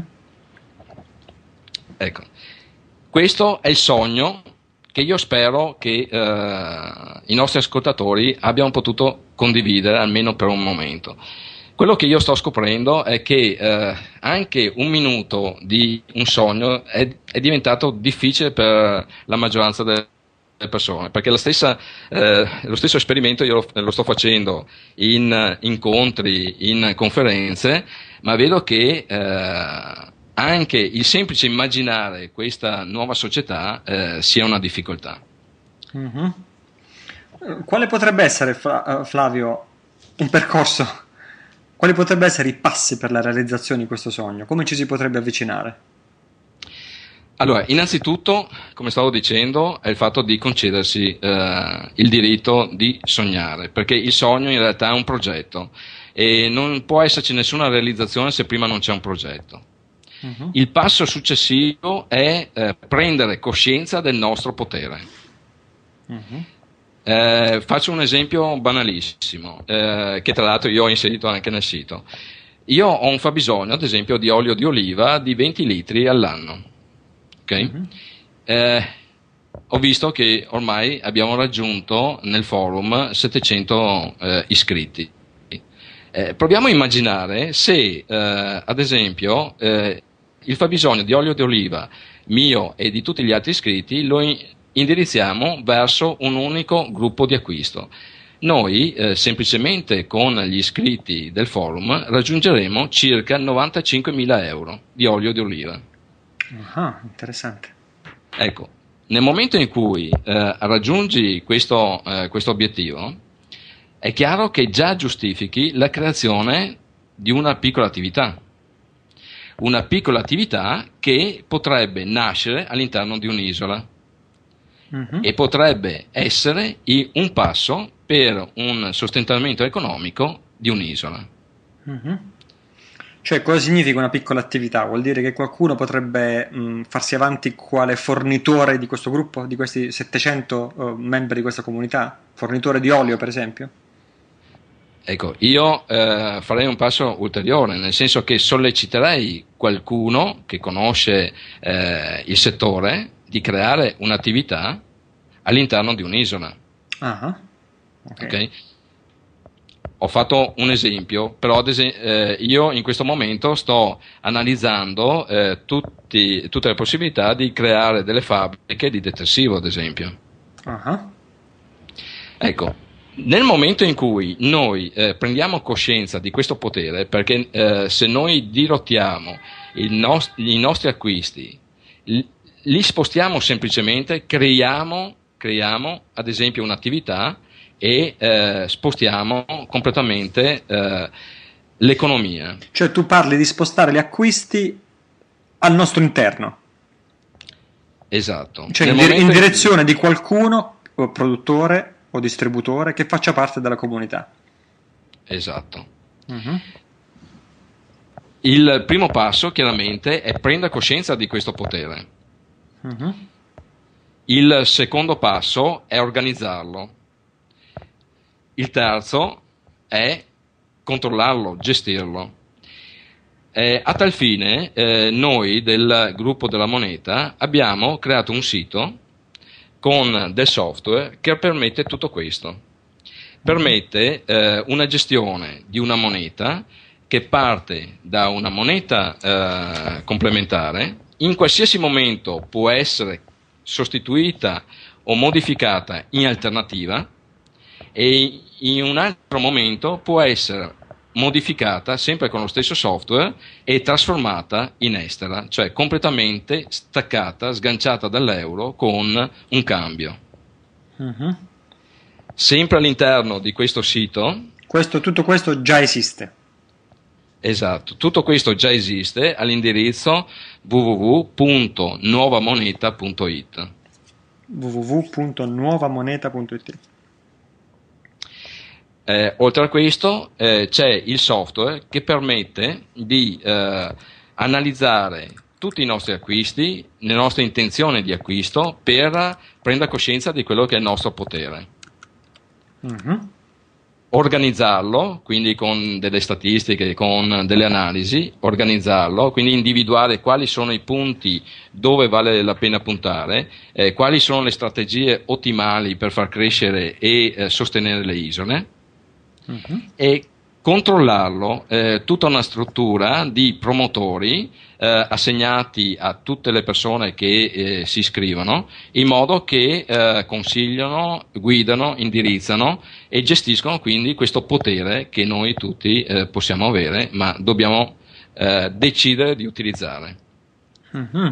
Ecco, questo è il sogno che io spero che i nostri ascoltatori abbiano potuto condividere almeno per un momento. Quello che io sto scoprendo è che anche un minuto di un sogno è diventato difficile per la maggioranza delle persone, perché lo stesso esperimento io lo sto facendo in incontri, in conferenze, ma vedo che anche il semplice immaginare questa nuova società sia una difficoltà. Mm-hmm. Quale potrebbe essere, Flavio, un percorso? Quali potrebbero essere i passi per la realizzazione di questo sogno? Come ci si potrebbe avvicinare? Allora, innanzitutto, come stavo dicendo, è il fatto di concedersi il diritto di sognare, perché il sogno in realtà è un progetto e non può esserci nessuna realizzazione se prima non c'è un progetto. Uh-huh. Il passo successivo è prendere coscienza del nostro potere. Uh-huh. Faccio un esempio banalissimo, che tra l'altro io ho inserito anche nel sito. Io ho un fabbisogno, ad esempio, di olio di oliva di 20 litri all'anno. Okay? Uh-huh. Ho visto che ormai abbiamo raggiunto nel forum 700 iscritti. Proviamo a immaginare se, ad esempio, il fabbisogno di olio di oliva mio e di tutti gli altri iscritti lo indirizziamo verso un unico gruppo di acquisto. Noi semplicemente con gli iscritti del forum raggiungeremo circa 95.000 euro di olio di oliva. Ah, interessante. Ecco, nel momento in cui raggiungi questo obiettivo, è chiaro che già giustifichi la creazione di una piccola attività che potrebbe nascere all'interno di un'isola. Uh-huh. E potrebbe essere un passo per un sostentamento economico di un'isola. Uh-huh. Cioè, cosa significa una piccola attività? Vuol dire che qualcuno potrebbe farsi avanti quale fornitore di questo gruppo, di questi 700 membri di questa comunità? Fornitore di olio, per esempio? Ecco, io farei un passo ulteriore, nel senso che solleciterei qualcuno che conosce il settore di creare un'attività all'interno di un'isola. Ah, okay. Ho fatto un esempio, però io in questo momento sto analizzando tutte le possibilità di creare delle fabbriche di detersivo, ad esempio. Uh-huh. Ecco, nel momento in cui noi prendiamo coscienza di questo potere, perché se noi dirottiamo i nostri acquisti, li spostiamo semplicemente, creiamo ad esempio un'attività e spostiamo completamente l'economia. Cioè tu parli di spostare gli acquisti al nostro interno. Esatto. Cioè in direzione di qualcuno, o produttore o distributore, che faccia parte della comunità. Esatto. Uh-huh. Il primo passo chiaramente è prendere coscienza di questo potere. Uh-huh. Il secondo passo è organizzarlo. Il terzo è controllarlo, gestirlo. A tal fine noi del gruppo della moneta abbiamo creato un sito con del software che permette tutto questo. Permette una gestione di una moneta che parte da una moneta complementare, in qualsiasi momento può essere sostituita o modificata in alternativa e in un altro momento può essere modificata sempre con lo stesso software e trasformata in estera, cioè completamente staccata, sganciata dall'euro con un cambio. Uh-huh. Sempre all'interno di questo sito. Tutto questo già esiste. Esatto, tutto questo già esiste all'indirizzo www.nuovamoneta.it. www.nuovamoneta.it. Oltre a questo c'è il software che permette di analizzare tutti i nostri acquisti, le nostre intenzioni di acquisto per prendere coscienza di quello che è il nostro potere. Uh-huh. Organizzarlo, quindi con delle statistiche, con delle analisi, organizzarlo, quindi individuare quali sono i punti dove vale la pena puntare, quali sono le strategie ottimali per far crescere e sostenere le isole. Uh-huh. E controllarlo, tutta una struttura di promotori assegnati a tutte le persone che si iscrivono, in modo che consigliano, guidano, indirizzano e gestiscono quindi questo potere che noi tutti possiamo avere, ma dobbiamo decidere di utilizzare. Mm-hmm.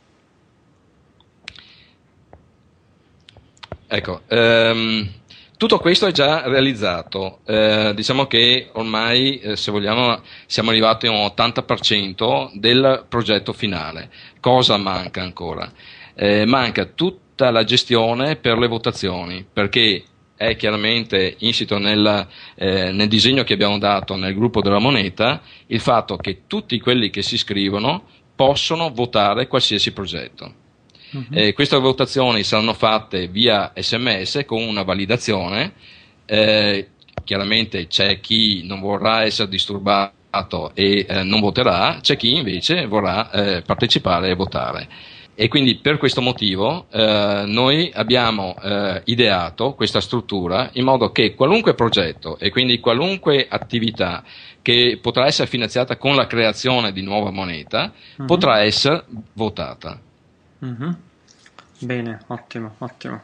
Ecco, tutto questo è già realizzato, diciamo che ormai, se vogliamo, siamo arrivati a un 80% del progetto finale. Cosa manca ancora? Manca tutta la gestione per le votazioni, perché è chiaramente insito nel disegno che abbiamo dato nel gruppo della moneta il fatto che tutti quelli che si iscrivono possono votare qualsiasi progetto. Queste votazioni saranno fatte via SMS con una validazione. Chiaramente c'è chi non vorrà essere disturbato e non voterà, c'è chi invece vorrà partecipare e votare. E quindi per questo motivo noi abbiamo ideato questa struttura in modo che qualunque progetto e quindi qualunque attività che potrà essere finanziata con la creazione di nuova moneta potrà essere votata. Mm-hmm. Bene, ottimo.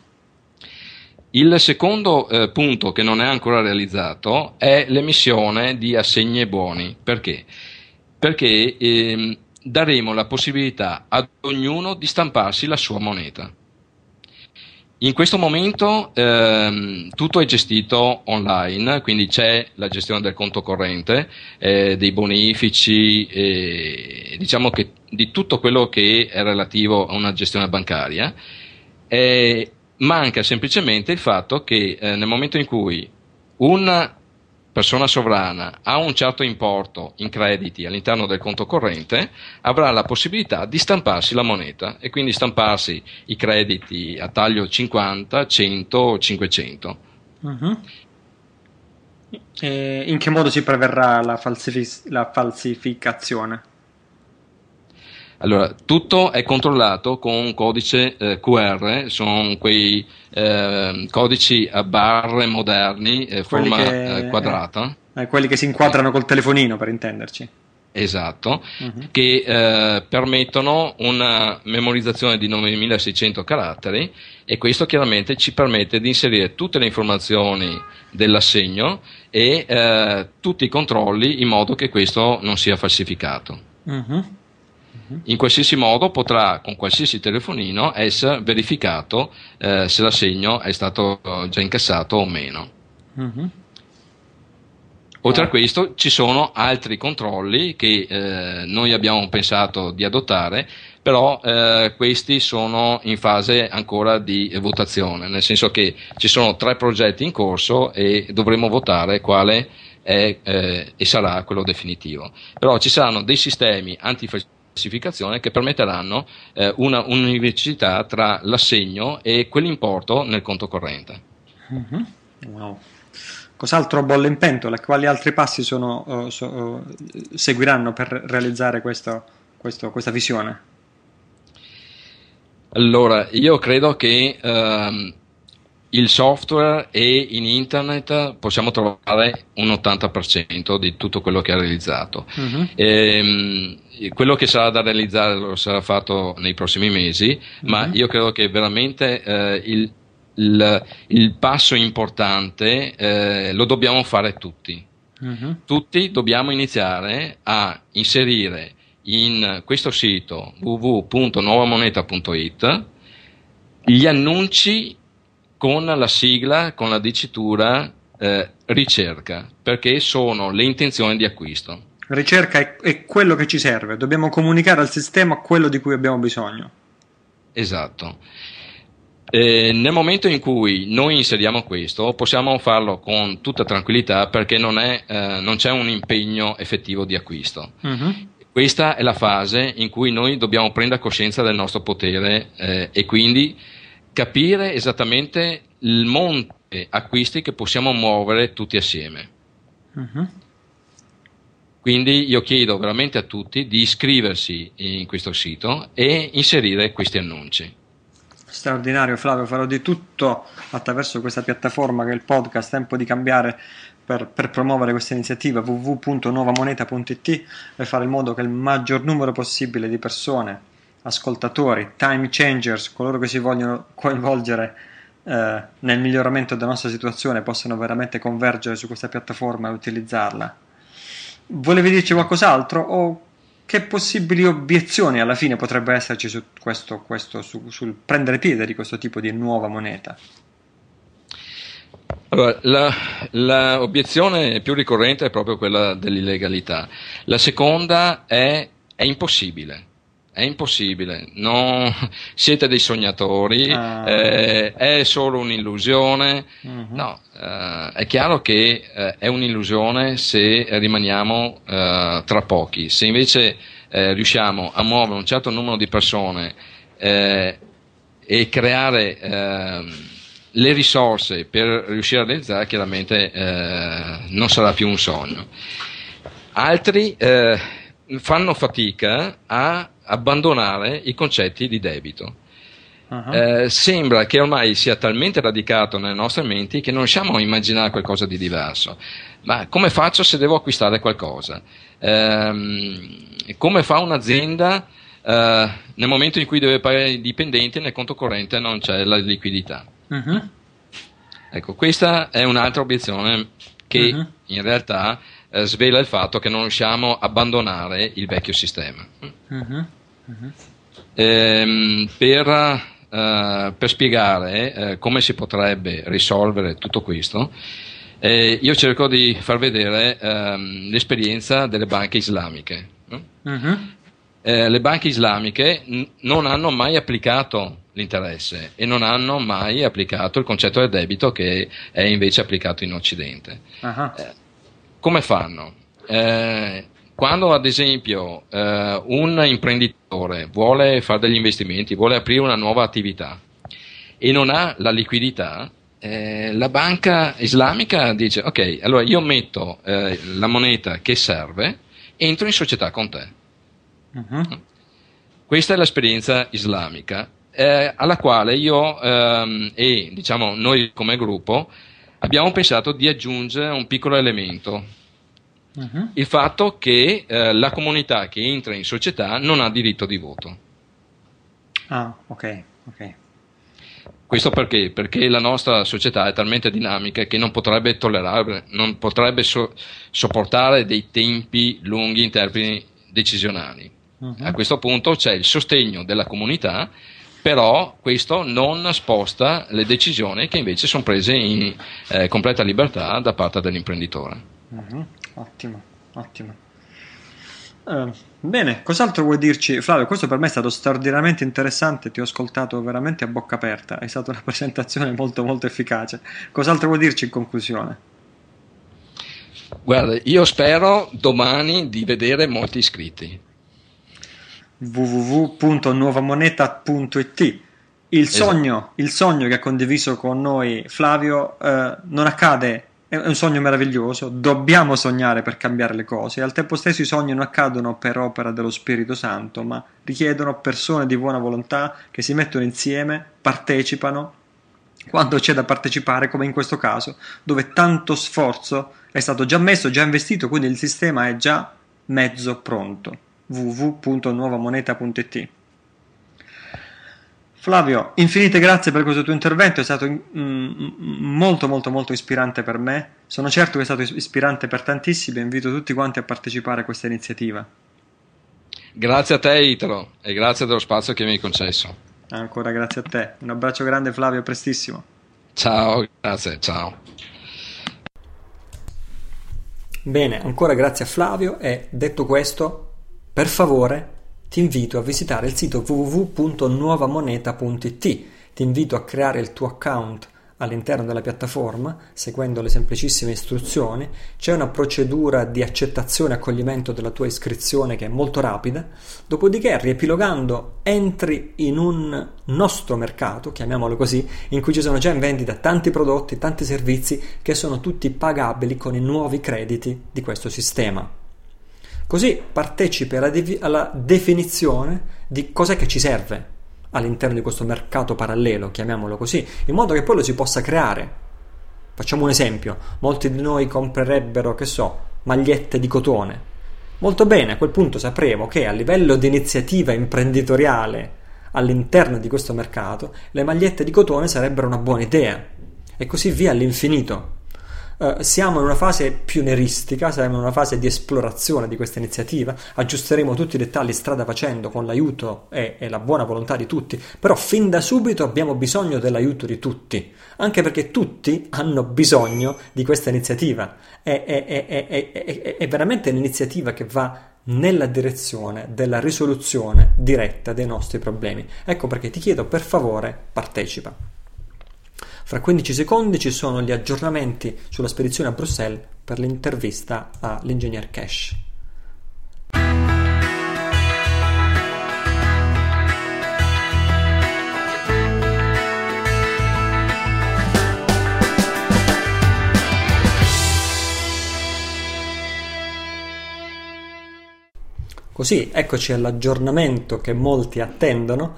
Il secondo punto che non è ancora realizzato è l'emissione di assegni e buoni. Perché? Perché daremo la possibilità ad ognuno di stamparsi la sua moneta. In questo momento tutto è gestito online, quindi c'è la gestione del conto corrente, dei bonifici, diciamo che di tutto quello che è relativo a una gestione bancaria. Manca semplicemente il fatto che nel momento in cui una persona sovrana ha un certo importo in crediti all'interno del conto corrente, avrà la possibilità di stamparsi la moneta e quindi stamparsi i crediti a taglio 50, 100, 500. Mm-hmm. E in che modo si preverrà la falsificazione? Allora, tutto è controllato con un codice QR, sono quei codici a barre moderni, forma quadrata. Quelli che si inquadrano col telefonino, per intenderci. Esatto, che permettono una memorizzazione di 9600 caratteri e questo chiaramente ci permette di inserire tutte le informazioni dell'assegno e tutti i controlli in modo che questo non sia falsificato. In qualsiasi modo potrà con qualsiasi telefonino essere verificato se l'assegno è stato già incassato o meno. Oltre a questo ci sono altri controlli che noi abbiamo pensato di adottare, però questi sono in fase ancora di votazione, nel senso che ci sono 3 progetti in corso e dovremo votare quale è e sarà quello definitivo. Però ci saranno dei sistemi antifalsificazione che permetteranno una univocità tra l'assegno e quell'importo nel conto corrente. Wow. Cos'altro bolle in pentola? Quali altri passi seguiranno per realizzare questa visione? Allora, io credo che il software e in internet possiamo trovare un 80% di tutto quello che ha realizzato. Quello che sarà da realizzare lo sarà fatto nei prossimi mesi, ma io credo che veramente il passo importante lo dobbiamo fare tutti. Tutti dobbiamo iniziare a inserire in questo sito www.nuovamoneta.it gli annunci con la sigla, con la dicitura ricerca, perché sono le intenzioni di acquisto. Ricerca è quello che ci serve, dobbiamo comunicare al sistema quello di cui abbiamo bisogno. Esatto. Nel momento in cui noi inseriamo questo, possiamo farlo con tutta tranquillità perché non c'è un impegno effettivo di acquisto. Questa è la fase in cui noi dobbiamo prendere coscienza del nostro potere e quindi capire esattamente il monte acquisti che possiamo muovere tutti assieme. Quindi io chiedo veramente a tutti di iscriversi in questo sito e inserire questi annunci. Straordinario Flavio, farò di tutto attraverso questa piattaforma che è il podcast Tempo di Cambiare per promuovere questa iniziativa, www.nuovamoneta.it, per fare in modo che il maggior numero possibile di persone, ascoltatori, time changers, coloro che si vogliono coinvolgere nel miglioramento della nostra situazione, possano veramente convergere su questa piattaforma e utilizzarla. Volevi dirci qualcos'altro, o che possibili obiezioni alla fine potrebbe esserci su sul prendere piede di questo tipo di nuova moneta? Allora, la obiezione più ricorrente è proprio quella dell'illegalità. La seconda è impossibile. È impossibile, no, siete dei sognatori, è solo un'illusione. No, è chiaro che è un'illusione se rimaniamo tra pochi. Se invece riusciamo a muovere un certo numero di persone e creare le risorse per riuscire a realizzare, chiaramente non sarà più un sogno. Altri fanno fatica a abbandonare i concetti di debito. Sembra che ormai sia talmente radicato nelle nostre menti che non riusciamo a immaginare qualcosa di diverso. Ma come faccio se devo acquistare qualcosa? Come fa un'azienda nel momento in cui deve pagare i dipendenti e nel conto corrente non c'è la liquidità? Ecco, questa è un'altra obiezione che in realtà svela il fatto che non riusciamo a abbandonare il vecchio sistema. Per spiegare come si potrebbe risolvere tutto questo, io cerco di far vedere l'esperienza delle banche islamiche. Le banche islamiche non hanno mai applicato l'interesse e non hanno mai applicato il concetto del debito, che è invece applicato in Occidente. Come fanno? Quando ad esempio un imprenditore vuole fare degli investimenti, vuole aprire una nuova attività e non ha la liquidità, la banca islamica dice: ok, allora io metto la moneta che serve, entro in società con te. Questa è l'esperienza islamica, alla quale io e diciamo noi come gruppo abbiamo pensato di aggiungere un piccolo elemento. Il fatto che la comunità che entra in società non ha diritto di voto. Ok. Questo perché? Perché la nostra società è talmente dinamica che non potrebbe tollerare, non potrebbe sopportare dei tempi lunghi in termini decisionali. A questo punto c'è il sostegno della comunità, però questo non sposta le decisioni che invece sono prese in completa libertà da parte dell'imprenditore. Ottimo. Bene, cos'altro vuoi dirci, Flavio? Questo per me è stato straordinariamente interessante, ti ho ascoltato veramente a bocca aperta, è stata una presentazione molto molto efficace. Cos'altro vuoi dirci in conclusione? Guarda, io spero domani di vedere molti iscritti. www.nuovamoneta.it. Il sogno che ha condiviso con noi Flavio non accade. È un sogno meraviglioso, dobbiamo sognare per cambiare le cose, al tempo stesso i sogni non accadono per opera dello Spirito Santo, ma richiedono persone di buona volontà che si mettono insieme, partecipano, quando c'è da partecipare, come in questo caso, dove tanto sforzo è stato già messo, già investito, quindi il sistema è già mezzo pronto. www.nuovamoneta.it. Flavio, infinite grazie per questo tuo intervento, è stato molto molto molto ispirante per me, sono certo che è stato ispirante per tantissimi e invito tutti quanti a partecipare a questa iniziativa. Grazie a te Italo e grazie dello spazio che mi hai concesso. Ancora grazie a te, un abbraccio grande Flavio, a prestissimo. Ciao, grazie, ciao. Bene, ancora grazie a Flavio e detto questo, per favore ti invito a visitare il sito www.nuovamoneta.it. Ti invito a creare il tuo account all'interno della piattaforma seguendo le semplicissime istruzioni. C'è una procedura di accettazione e accoglimento della tua iscrizione che è molto rapida, dopodiché riepilogando entri in un nostro mercato, chiamiamolo così, in cui ci sono già in vendita tanti prodotti, tanti servizi che sono tutti pagabili con i nuovi crediti di questo sistema. Così partecipi alla definizione di cos'è che ci serve all'interno di questo mercato parallelo, chiamiamolo così, in modo che poi lo si possa creare. Facciamo un esempio: molti di noi comprerebbero, che so, magliette di cotone. Molto bene, a quel punto sapremo che a livello di iniziativa imprenditoriale all'interno di questo mercato le magliette di cotone sarebbero una buona idea, e così via all'infinito. Siamo in una fase pionieristica, siamo in una fase di esplorazione di questa iniziativa, aggiusteremo tutti i dettagli strada facendo con l'aiuto e la buona volontà di tutti, però fin da subito abbiamo bisogno dell'aiuto di tutti, anche perché tutti hanno bisogno di questa iniziativa. È veramente un'iniziativa che va nella direzione della risoluzione diretta dei nostri problemi. Ecco perché ti chiedo, per favore, partecipa. Fra 15 secondi ci sono gli aggiornamenti sulla spedizione a Bruxelles per l'intervista all'ingegner Cash. Così, eccoci all'aggiornamento che molti attendono.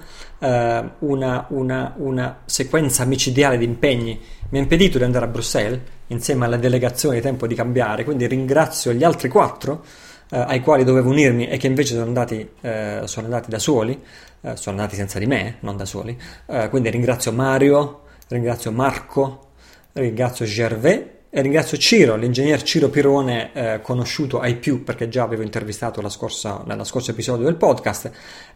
Una sequenza micidiale di impegni mi ha impedito di andare a Bruxelles insieme alla delegazione di Tempo di Cambiare, quindi ringrazio gli altri 4 ai quali dovevo unirmi e che invece sono andati da soli, sono andati senza di me, non da soli. Quindi ringrazio Mario, ringrazio Marco, ringrazio Gervais e ringrazio Ciro, l'ingegner Ciro Pirone, conosciuto ai più perché già avevo intervistato nello scorso episodio del podcast,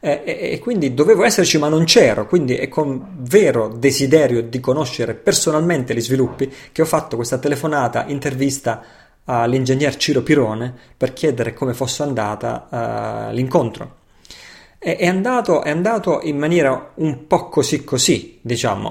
e quindi dovevo esserci ma non c'ero, quindi è con vero desiderio di conoscere personalmente gli sviluppi che ho fatto questa telefonata intervista all'ingegner Ciro Pirone per chiedere come fosse andata l'incontro. È andato in maniera un po' così, diciamo,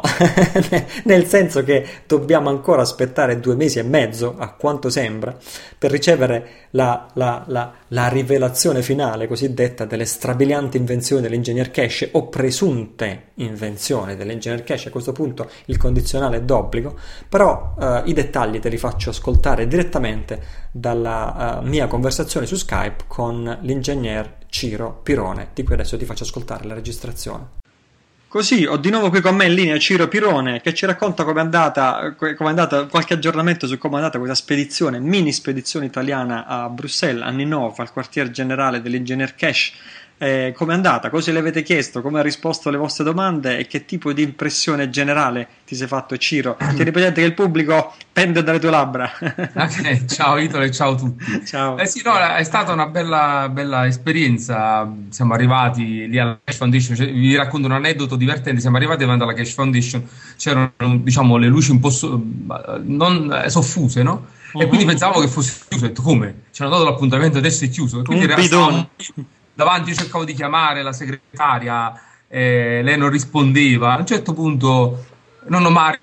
nel senso che dobbiamo ancora aspettare 2 mesi e mezzo, a quanto sembra, per ricevere la rivelazione finale cosiddetta delle strabilianti invenzioni dell'ingegner Cash, o presunte invenzioni dell'ingegner Cash. A questo punto il condizionale è d'obbligo, però i dettagli te li faccio ascoltare direttamente dalla mia conversazione su Skype con l'ingegner Ciro Pirone, di cui adesso ti faccio ascoltare la registrazione. Così ho di nuovo qui con me in linea Ciro Pirone, che ci racconta com'è andata, qualche aggiornamento su come è andata questa spedizione, mini spedizione italiana a Bruxelles, a Ninove, al quartier generale dell'ingegner Cash. Com'è andata? Cosa le avete chiesto? Come ha risposto alle vostre domande? E che tipo di impressione generale ti sei fatto, Ciro? Tieni presente che il pubblico pende dalle tue labbra. Okay, ciao Italo, ciao a tutti. Ciao. Sì, no, è stata una bella esperienza. Siamo arrivati lì alla Cash Foundation. Vi racconto un aneddoto divertente. Siamo arrivati davanti alla Cash Foundation, c'erano, diciamo, le luci un po' non soffuse, no? E quindi pensavo che fosse chiuso. Ho detto, come? Ci hanno dato l'appuntamento, adesso è chiuso. E quindi un bidone. Davanti, io cercavo di chiamare la segretaria, lei non rispondeva. A un certo punto nonno Mario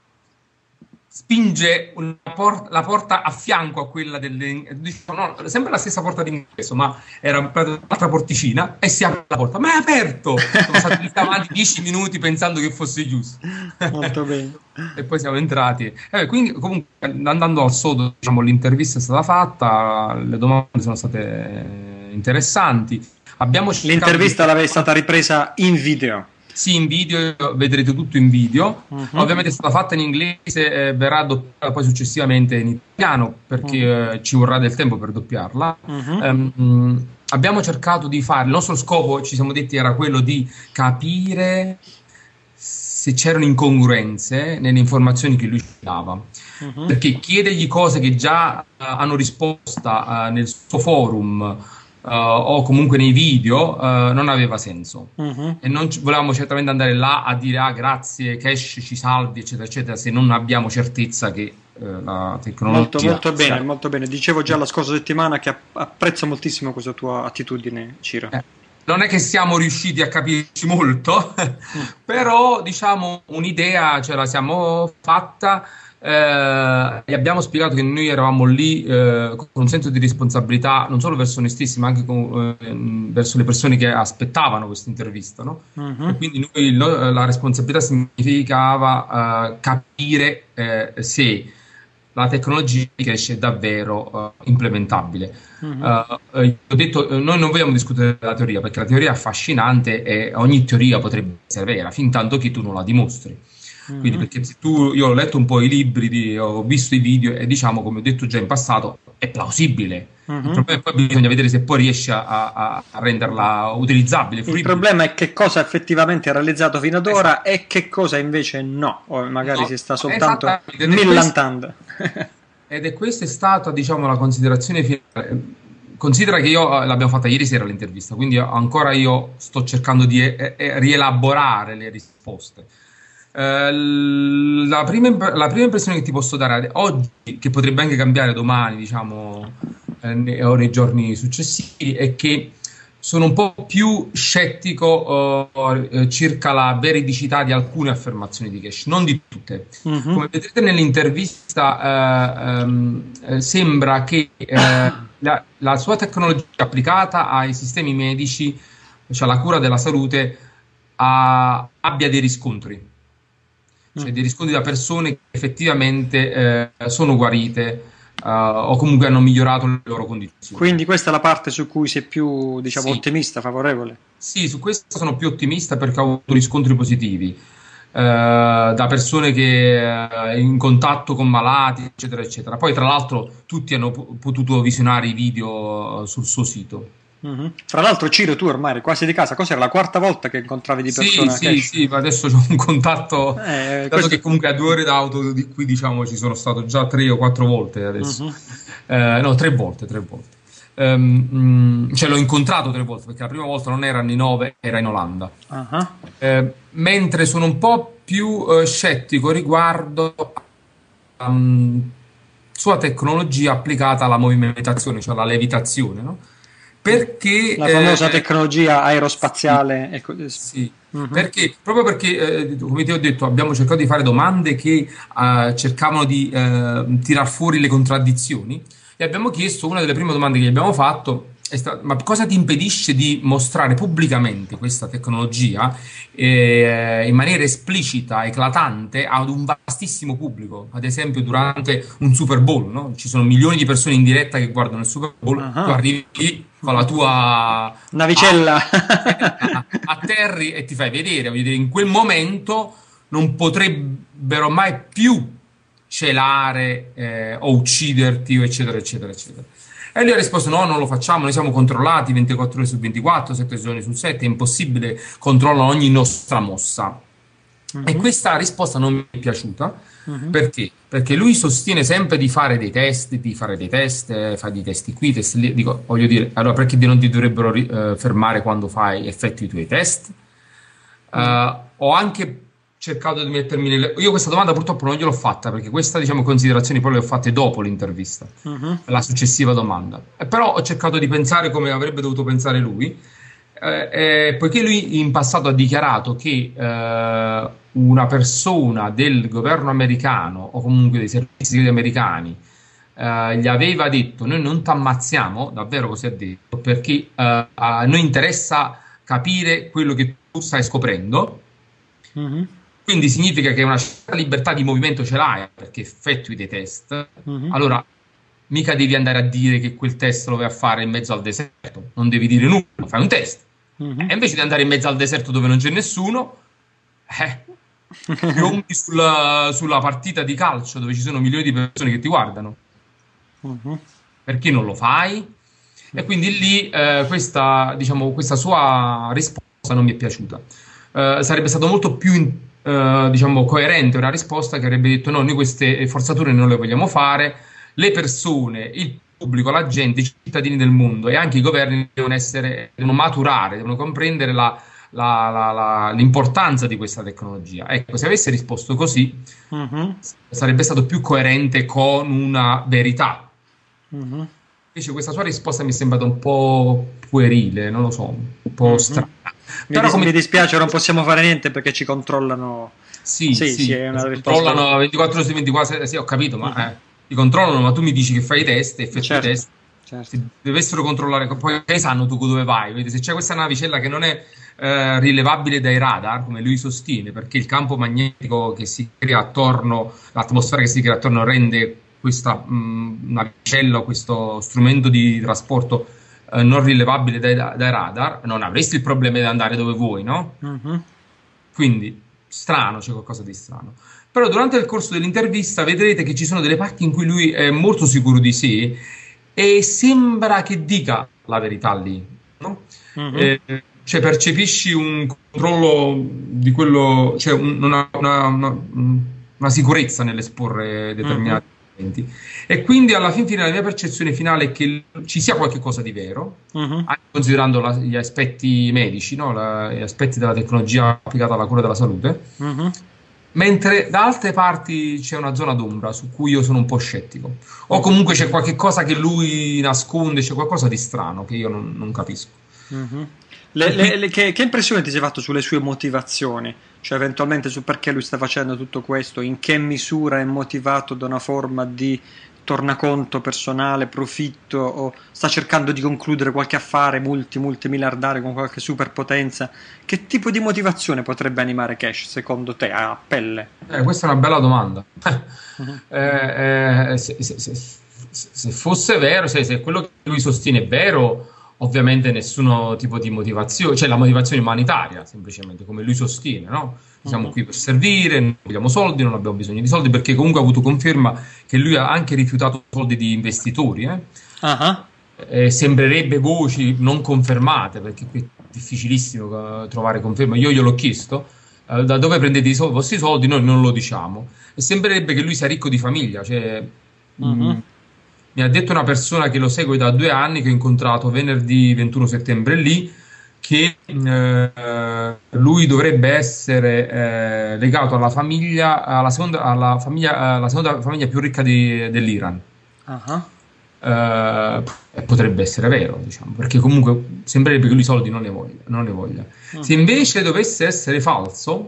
spinge la porta a fianco a quella no, sembra la stessa porta d'ingresso, ma era un'altra porticina, e si apre la porta, ma è aperto. Siamo stati lì davanti 10 minuti pensando che fosse chiuso. Molto bene. E poi siamo entrati. Quindi comunque, andando al sodo, diciamo, l'intervista è stata fatta, le domande sono state interessanti. L'intervista l'aveva stata ripresa in video. Sì, in video, vedrete tutto in video. Ovviamente è stata fatta in inglese, verrà doppiata poi successivamente in italiano, perché ci vorrà del tempo per doppiarla. Abbiamo cercato di fare, il nostro scopo, ci siamo detti, era quello di capire se c'erano incongruenze nelle informazioni che lui ci dava, perché chiedergli cose che già hanno risposta nel suo forum o comunque nei video non aveva senso, e non volevamo certamente andare là a dire grazie Cash, ci salvi, eccetera eccetera, se non abbiamo certezza che la tecnologia molto bene. Dicevo già la scorsa settimana che apprezzo moltissimo questa tua attitudine, Ciro. Non è che siamo riusciti a capirci molto, però diciamo un'idea ce la siamo fatta. Gli abbiamo spiegato che noi eravamo lì con un senso di responsabilità non solo verso noi stessi, ma anche verso le persone che aspettavano questa intervista, no? E quindi noi, la responsabilità significava capire se la tecnologia è davvero implementabile. Ho detto, noi non vogliamo discutere della teoria, perché la teoria è affascinante e ogni teoria potrebbe essere vera fin tanto che tu non la dimostri. Quindi perché io ho letto un po' i libri, ho visto i video e diciamo, come ho detto già in passato, è plausibile. Il problema è poi bisogna vedere se poi riesce a renderla utilizzabile, fruibile. Il problema è che cosa effettivamente è realizzato fino ad ora e che cosa invece no, o magari si sta soltanto millantando. Ed è questa è stata, diciamo, la considerazione finale. Considera che l'abbiamo fatta ieri sera l'intervista, quindi ancora io sto cercando di rielaborare le risposte. La prima impressione che ti posso dare oggi, che potrebbe anche cambiare domani, diciamo, o nei giorni successivi, è che sono un po' più scettico circa la veridicità di alcune affermazioni di Cash, non di tutte. Come vedrete nell'intervista, sembra che la sua tecnologia applicata ai sistemi medici, cioè alla cura della salute, abbia dei riscontri. Cioè dei riscontri da persone che effettivamente sono guarite o comunque hanno migliorato le loro condizioni. Quindi questa è la parte su cui sei più, diciamo, ottimista, favorevole? Sì, su questo sono più ottimista perché ho avuto riscontri positivi da persone che in contatto con malati, eccetera, eccetera. Poi, tra l'altro, tutti hanno potuto visionare i video sul suo sito. Fra l'altro, Ciro, tu ormai eri quasi di casa. Cos'era la quarta volta che incontravi di persona? Sì, ma adesso ho un contatto. Dato che comunque a 2 ore d'auto, di cui diciamo ci sono stato già 3 o 4 volte adesso. No, 3 volte. Cioè l'ho incontrato 3 volte perché la prima volta non era anni 9, era in Olanda. Mentre sono un po' più scettico riguardo sua tecnologia applicata alla movimentazione, cioè alla levitazione, no? Perché la famosa tecnologia aerospaziale. Sì. Proprio perché come ti ho detto, abbiamo cercato di fare domande che cercavano di tirar fuori le contraddizioni e abbiamo chiesto, una delle prime domande che gli abbiamo fatto è stata: ma cosa ti impedisce di mostrare pubblicamente questa tecnologia in maniera esplicita, eclatante ad un vastissimo pubblico, ad esempio durante un Super Bowl, no? Ci sono milioni di persone in diretta che guardano il Super Bowl, tu arrivi lì con la tua navicella atterri e ti fai vedere. Voglio dire, in quel momento non potrebbero mai più celare o ucciderti, eccetera, eccetera, eccetera. E lui ha risposto: no, non lo facciamo, noi siamo controllati 24 ore su 24, 7 giorni su 7, è impossibile, controllano ogni nostra mossa. E questa risposta non mi è piaciuta. Perché? Perché lui sostiene sempre di fare dei test, fa dei testi qui, test lì. Dico, voglio dire, allora perché non ti dovrebbero fermare quando effettui i tuoi test? Ho anche cercato di mettermi io questa domanda purtroppo non gliel'ho fatta, perché questa, diciamo, considerazioni poi le ho fatte dopo l'intervista, la successiva domanda. Però ho cercato di pensare come avrebbe dovuto pensare lui, poiché lui in passato ha dichiarato che una persona del governo americano o comunque dei servizi americani gli aveva detto: noi non ti ammazziamo, davvero così ha detto, perché a noi interessa capire quello che tu stai scoprendo. Quindi significa che una certa libertà di movimento ce l'hai perché effettui dei test. Allora mica devi andare a dire che quel test lo vai a fare in mezzo al deserto, non devi dire nulla, fai un test. E invece di andare in mezzo al deserto dove non c'è nessuno, piombi sulla partita di calcio dove ci sono milioni di persone che ti guardano. Perché non lo fai? E quindi lì questa sua risposta non mi è piaciuta. Sarebbe stato molto più coerente una risposta che avrebbe detto: no, noi queste forzature non le vogliamo fare, le persone, il pubblico, la gente, i cittadini del mondo e anche i governi devono maturare, devono comprendere l'importanza di questa tecnologia. Ecco, se avesse risposto così sarebbe stato più coerente con una verità. Invece questa sua risposta mi è sembrata un po' puerile, non lo so, un po' strana. Mi dispiace, non possiamo fare niente perché ci controllano. Sì, è una controllano 24 ore su 24. Sì, ho capito, ma ti controllano, ma tu mi dici che fai i test, effettui i test. Se dovessero controllare, poi sanno tu dove vai. Vedi, se c'è questa navicella che non è rilevabile dai radar, come lui sostiene, perché il campo magnetico che si crea attorno, l'atmosfera che si crea attorno rende questa navicella, questo strumento di trasporto non rilevabile dai radar, non avresti il problema di andare dove vuoi, no? Quindi strano, c'è qualcosa di strano. Però durante il corso dell'intervista vedrete che ci sono delle parti in cui lui è molto sicuro di sé e sembra che dica la verità lì, no? Cioè percepisci un controllo di quello, cioè una sicurezza nell'esporre determinati elementi. E quindi alla fine la mia percezione finale è che ci sia qualche cosa di vero, anche considerando gli aspetti medici, no? Gli aspetti della tecnologia applicata alla cura della salute, mentre da altre parti c'è una zona d'ombra su cui io sono un po' scettico, o comunque c'è qualche cosa che lui nasconde, c'è qualcosa di strano che io non capisco. Che impressione ti sei fatto sulle sue motivazioni? Cioè eventualmente su perché lui sta facendo tutto questo, in che misura è motivato da una forma di tornaconto personale, profitto, o sta cercando di concludere qualche affare multimiliardario con qualche superpotenza? Che tipo di motivazione potrebbe animare Cash secondo te a pelle? Questa è una bella domanda. Se fosse vero, se quello che lui sostiene è vero, ovviamente nessun tipo di motivazione, cioè la motivazione umanitaria, semplicemente, come lui sostiene, no? Siamo qui per servire, non vogliamo soldi, non abbiamo bisogno di soldi, perché comunque ha avuto conferma che lui ha anche rifiutato soldi di investitori. Sembrerebbe voci non confermate, perché qui è difficilissimo trovare conferma. Io gliel'ho chiesto, da dove prendete i vostri soldi? Noi non lo diciamo. E sembrerebbe che lui sia ricco di famiglia, cioè... Mi ha detto una persona che lo segue da 2 anni, che ho incontrato venerdì 21 settembre lì, che lui dovrebbe essere legato alla famiglia, alla seconda famiglia più ricca dell'Iran. Potrebbe essere vero, diciamo, perché comunque sembrerebbe che lui i soldi non ne voglia. Se invece dovesse essere falso,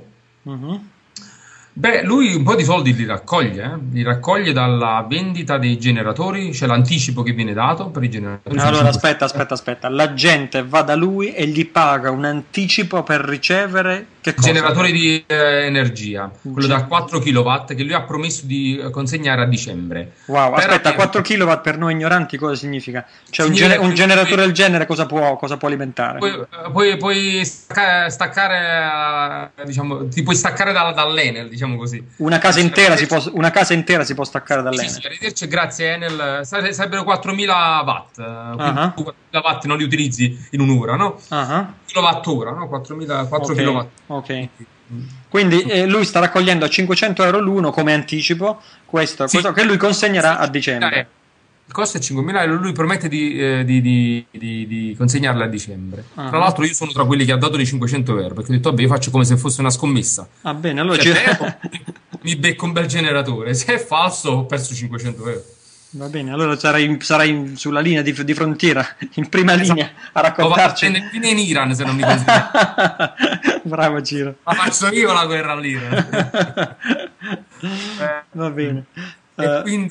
beh, lui un po' di soldi li raccoglie dalla vendita dei generatori, cioè l'anticipo che viene dato per i generatori. Allora aspetta, la gente va da lui e gli paga un anticipo per ricevere che cosa? Generatori di energia, quello da 4 kW che lui ha promesso di consegnare a dicembre. Wow, aspetta, 4 kW per noi ignoranti cosa significa? Cioè un generatore del genere cosa può alimentare? Puoi staccare, diciamo, ti puoi staccare dall'Enel, diciamo così. Una casa intera si può staccare dall'Enel. Sì, arrivederci, grazie Enel, sarebbero 4000 watt. 4000 watt non li utilizzi in un'ora, no? Kilowattora, no? 4 kilowatt. Ok. Quindi lui sta raccogliendo a 500 euro l'uno come anticipo questo che lui consegnerà a dicembre. Il costo è 5.000 euro, lui promette di consegnarla a dicembre. Tra l'altro io sono tra quelli che ha dato i 500 euro, perché ho detto vabbè, io faccio come se fosse una scommessa. Ah bene, allora mi becco un bel generatore, se è falso ho perso 500 euro. Va bene, allora sarai sulla linea di frontiera, in prima linea, a raccontarci. Fine in Iran, se non mi consegni. Bravo Ciro. La faccio io la guerra all'Iran. Va bene. E quindi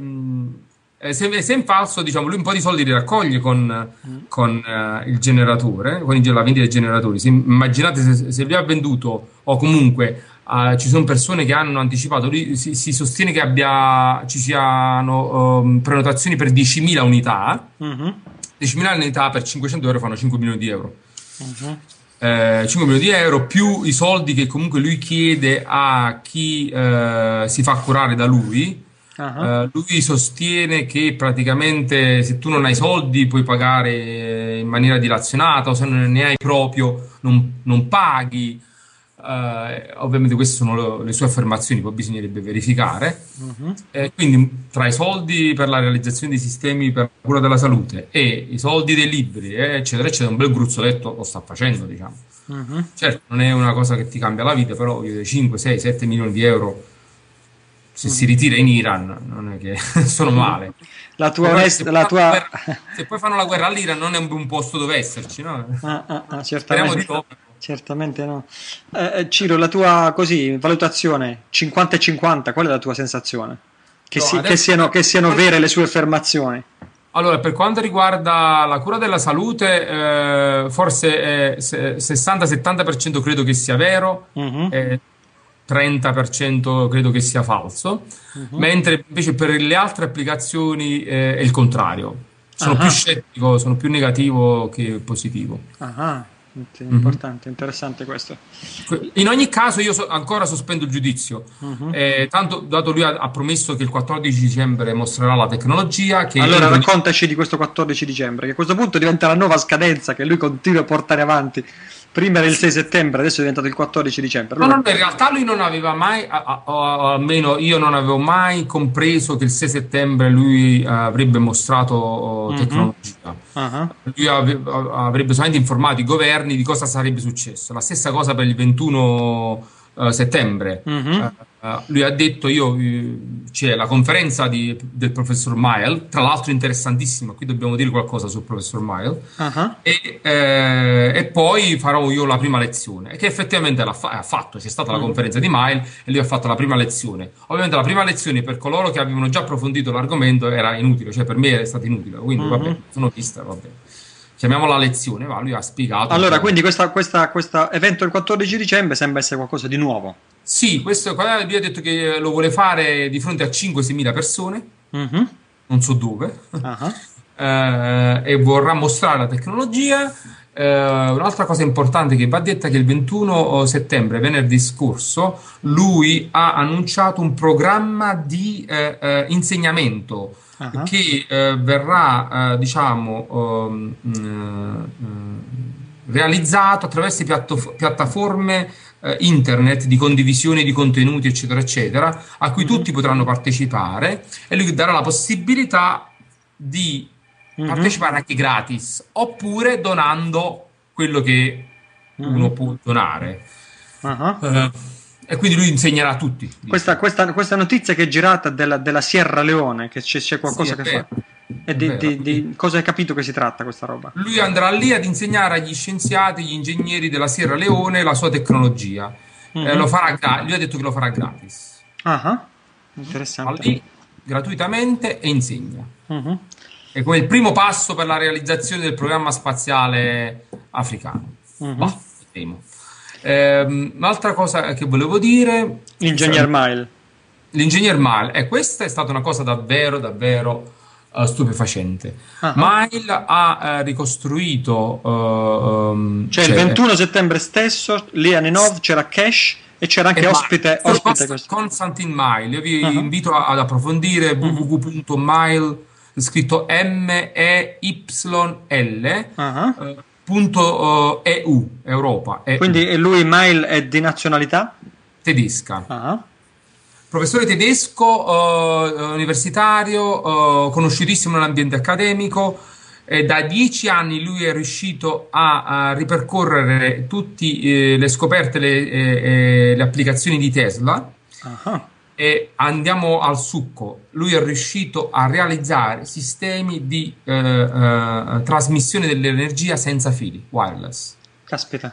se è in falso, diciamo, lui un po' di soldi li raccoglie con il generatore, con la vendita dei generatori. Immaginate se lui ha venduto, o comunque ci sono persone che hanno anticipato, lui si sostiene che ci siano prenotazioni per 10.000 unità. 10.000 unità per 500 euro fanno 5 milioni di euro. 5 milioni di euro più i soldi che comunque lui chiede a chi si fa curare da lui. Lui sostiene che praticamente se tu non hai soldi puoi pagare in maniera dilazionata, o se non ne hai proprio non paghi. Ovviamente queste sono le sue affermazioni, poi bisognerebbe verificare. Quindi tra i soldi per la realizzazione di sistemi per la cura della salute e i soldi dei libri, eccetera eccetera, un bel gruzzoletto lo sta facendo, diciamo. Certo, non è una cosa che ti cambia la vita, però 5, 6, 7 milioni di euro se si ritira in Iran non è che sono male. Se poi fanno la guerra all'Iran non è un posto dove esserci, no? Certamente. Certamente no. Ciro, la tua valutazione 50 e 50, qual è la tua sensazione? Che siano vere le sue affermazioni? Allora, per quanto riguarda la cura della salute, forse 60-70% credo che sia vero, 30% credo che sia falso, mentre invece per le altre applicazioni è il contrario. Sono più scettico, sono più negativo che positivo. Importante, interessante questo. In ogni caso io ancora sospendo il giudizio, tanto dato lui ha promesso che il 14 dicembre mostrerà la tecnologia. Allora raccontaci di questo 14 dicembre, che a questo punto diventa la nuova scadenza che lui continua a portare avanti. Prima era il 6 settembre, adesso è diventato il 14 dicembre. No, in realtà lui non aveva mai, almeno io non avevo mai compreso che il 6 settembre lui avrebbe mostrato tecnologia. Lui avrebbe solamente informato i governi di cosa sarebbe successo. La stessa cosa per il 21 settembre. Lui ha detto c'è la conferenza del professor Mile, tra l'altro interessantissima, qui dobbiamo dire qualcosa sul professor Mile, e poi farò io la prima lezione, che effettivamente ha fatto, c'è stata la conferenza di Mile e lui ha fatto la prima lezione. Ovviamente la prima lezione per coloro che avevano già approfondito l'argomento era inutile, cioè per me è stata inutile, quindi vabbè, sono vista, vabbè. Chiamiamola lezione, lui ha spiegato. Allora, quindi questo evento del 14 dicembre sembra essere qualcosa di nuovo. Sì, lui ha detto che lo vuole fare di fronte a 5-6 mila persone, non so dove, e vorrà mostrare la tecnologia. Un'altra cosa importante che va detta è che il 21 settembre, venerdì scorso, lui ha annunciato un programma di insegnamento che verrà, realizzato attraverso piattaforme internet di condivisione di contenuti, eccetera, eccetera, a cui tutti potranno partecipare, e lui darà la possibilità di partecipare anche gratis, oppure donando quello che uno può donare. E quindi lui insegnerà a tutti. Questa notizia che è girata della Sierra Leone, che c'è qualcosa che fa. E di cosa hai capito che si tratta questa roba? Lui andrà lì ad insegnare agli scienziati, agli ingegneri della Sierra Leone la sua tecnologia. Lui ha detto che lo farà gratis. Interessante. Va lì gratuitamente e insegna. È come il primo passo per la realizzazione del programma spaziale africano. Vedremo. Un'altra cosa che volevo dire, l'ingegner Mile, questa è stata una cosa davvero davvero stupefacente. Mile ha ricostruito cioè il 21 settembre stesso lì a Nenov c'era Cash e c'era anche ospite Konstantin Mile. Io vi invito ad approfondire www.mile scritto MEYL.eu Europa. Quindi lui Mile è di nazionalità tedesca. Professore tedesco, universitario, conosciutissimo nell'ambiente accademico. Da 10 anni lui è riuscito a ripercorrere tutte le scoperte, le applicazioni di Tesla. E andiamo al succo. Lui è riuscito a realizzare sistemi di trasmissione dell'energia senza fili, wireless. Caspita.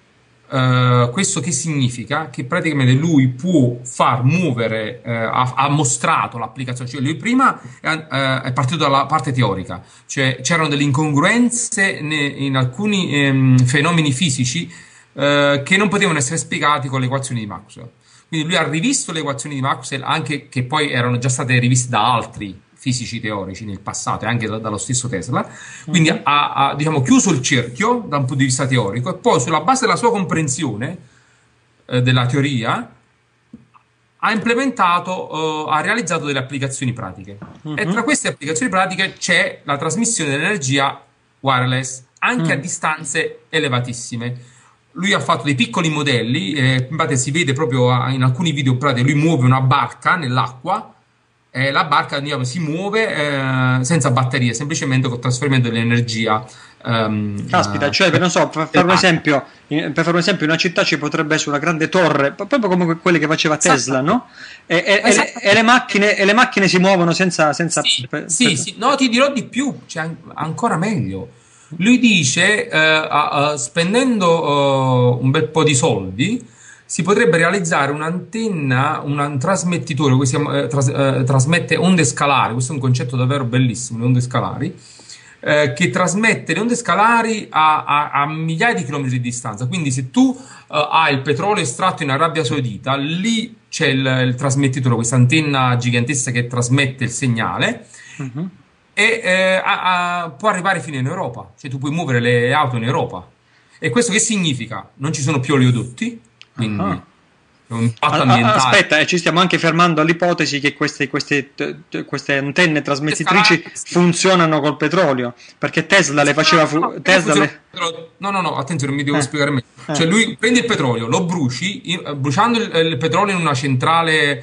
Questo che significa? Che praticamente lui può far muovere, ha mostrato l'applicazione, cioè lui prima è partito dalla parte teorica, cioè c'erano delle incongruenze in alcuni fenomeni fisici che non potevano essere spiegati con le equazioni di Maxwell. Quindi lui ha rivisto le equazioni di Maxwell, anche che poi erano già state riviste da altri fisici teorici nel passato e anche dallo stesso Tesla. Quindi ha chiuso il cerchio da un punto di vista teorico, e poi sulla base della sua comprensione della teoria ha implementato, ha realizzato delle applicazioni pratiche. E tra queste applicazioni pratiche c'è la trasmissione dell'energia wireless anche a distanze elevatissime. Lui ha fatto dei piccoli modelli, si vede proprio in alcuni video, lui muove una barca nell'acqua, e la barca si muove senza batterie, semplicemente con trasferimento dell'energia. Caspita, cioè non so, per fare un esempio, in una città ci potrebbe essere una grande torre, proprio come quelle che faceva Tesla, no? E le macchine si muovono senza sì. No, ti dirò di più, c'è ancora meglio. Lui dice, spendendo un bel po' di soldi, si potrebbe realizzare un'antenna, un trasmettitore che trasmette onde scalari. Questo è un concetto davvero bellissimo, le onde scalari, che trasmette le onde scalari a migliaia di chilometri di distanza. Quindi se tu hai il petrolio estratto in Arabia Saudita, lì c'è il trasmettitore, questa antenna gigantesca che trasmette il segnale, e può arrivare fino in Europa, cioè tu puoi muovere le auto in Europa. E questo che significa? Non ci sono più oleodotti, quindi un impatto ambientale. Aspetta, ci stiamo anche fermando all'ipotesi che queste antenne trasmettitrici funzionano col petrolio, perché Tesla le faceva No, attenzione, mi devo spiegare meglio. Cioè lui prende il petrolio, lo bruciando il petrolio in una centrale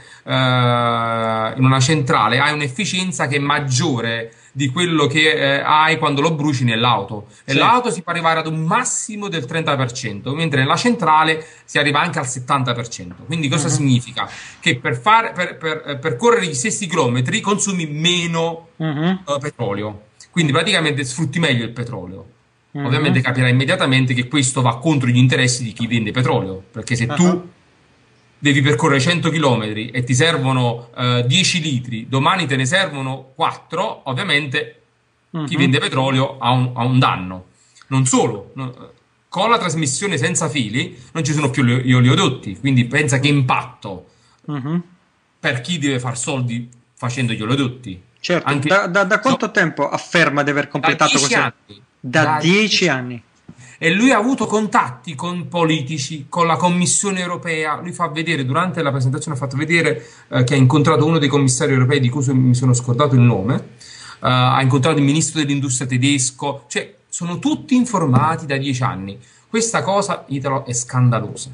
hai un'efficienza che è maggiore di quello che hai quando lo bruci nell'auto. E l'auto si può arrivare ad un massimo del 30%, mentre nella centrale si arriva anche al 70%. Quindi cosa significa? Che per correre gli stessi chilometri consumi meno petrolio. Quindi praticamente sfrutti meglio il petrolio. Ovviamente capirà immediatamente che questo va contro gli interessi di chi vende petrolio, perché se tu devi percorrere 100 km e ti servono 10 litri, domani te ne servono 4, ovviamente chi vende petrolio ha un danno. Non solo, con la trasmissione senza fili non ci sono più gli oleodotti, quindi pensa che impatto per chi deve far soldi facendo gli oleodotti. Certo, anche da quanto tempo afferma di aver completato questo? Da 10 anni. E lui ha avuto contatti con politici, con la Commissione europea. Lui fa vedere, durante la presentazione ha fatto vedere che ha incontrato uno dei commissari europei di cui mi sono scordato il nome, ha incontrato il ministro dell'industria tedesco, cioè sono tutti informati da 10 anni. Questa cosa, Italo, è scandalosa.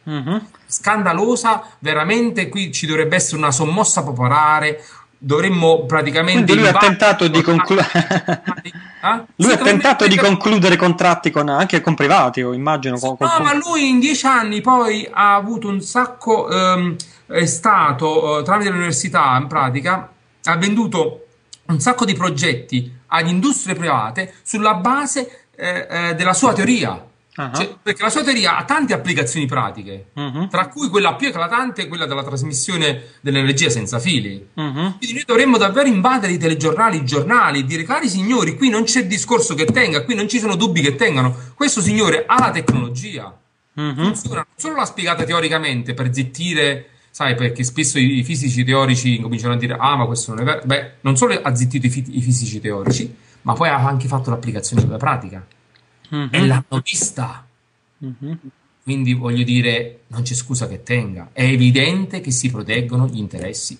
Scandalosa, veramente. Qui ci dovrebbe essere una sommossa popolare. Dovremmo praticamente. Quindi lui ha tentato di concludere. Lui ha tentato di concludere contratti anche con privati, o immagino. Ma lui in 10 anni poi ha avuto un sacco. È stato tramite l'università, in pratica, ha venduto un sacco di progetti ad industrie private sulla base della sua teoria. Cioè, perché la sua teoria ha tante applicazioni pratiche, tra cui quella più eclatante è quella della trasmissione dell'energia senza fili. Quindi noi dovremmo davvero invadere i telegiornali, i giornali, e dire: cari signori, qui non c'è discorso che tenga, qui non ci sono dubbi che tengano. Questo signore ha la tecnologia, funziona, non solo l'ha spiegata teoricamente per zittire, sai, perché spesso i fisici teorici cominciano a dire: ah, ma questo non è vero. Beh, non solo ha zittito i fisici teorici, ma poi ha anche fatto l'applicazione pratica. E l'hanno vista. Quindi voglio dire, non c'è scusa che tenga. È evidente che si proteggono gli interessi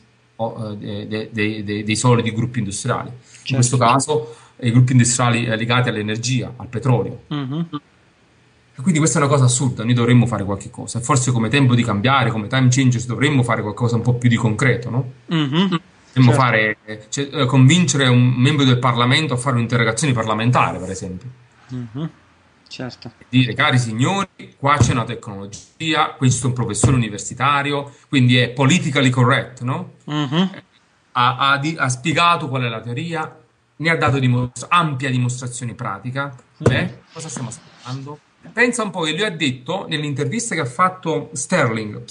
dei soliti gruppi industriali. Certo. In questo caso i gruppi industriali legati all'energia, al petrolio. E quindi questa è una cosa assurda. Noi dovremmo fare qualche cosa, e forse come tempo di cambiare, come time changers, dovremmo fare qualcosa un po' più di concreto, no? Dovremmo fare, convincere un membro del Parlamento a fare un'interrogazione parlamentare, per esempio. Certo. Dire: cari signori, qua c'è una tecnologia, questo è un professore universitario, quindi è politically correct, no? Ha spiegato qual è la teoria, ne ha dato ampia dimostrazione pratica. Cosa stiamo aspettando? Pensa un po' che lui ha detto nell'intervista che ha fatto Sterling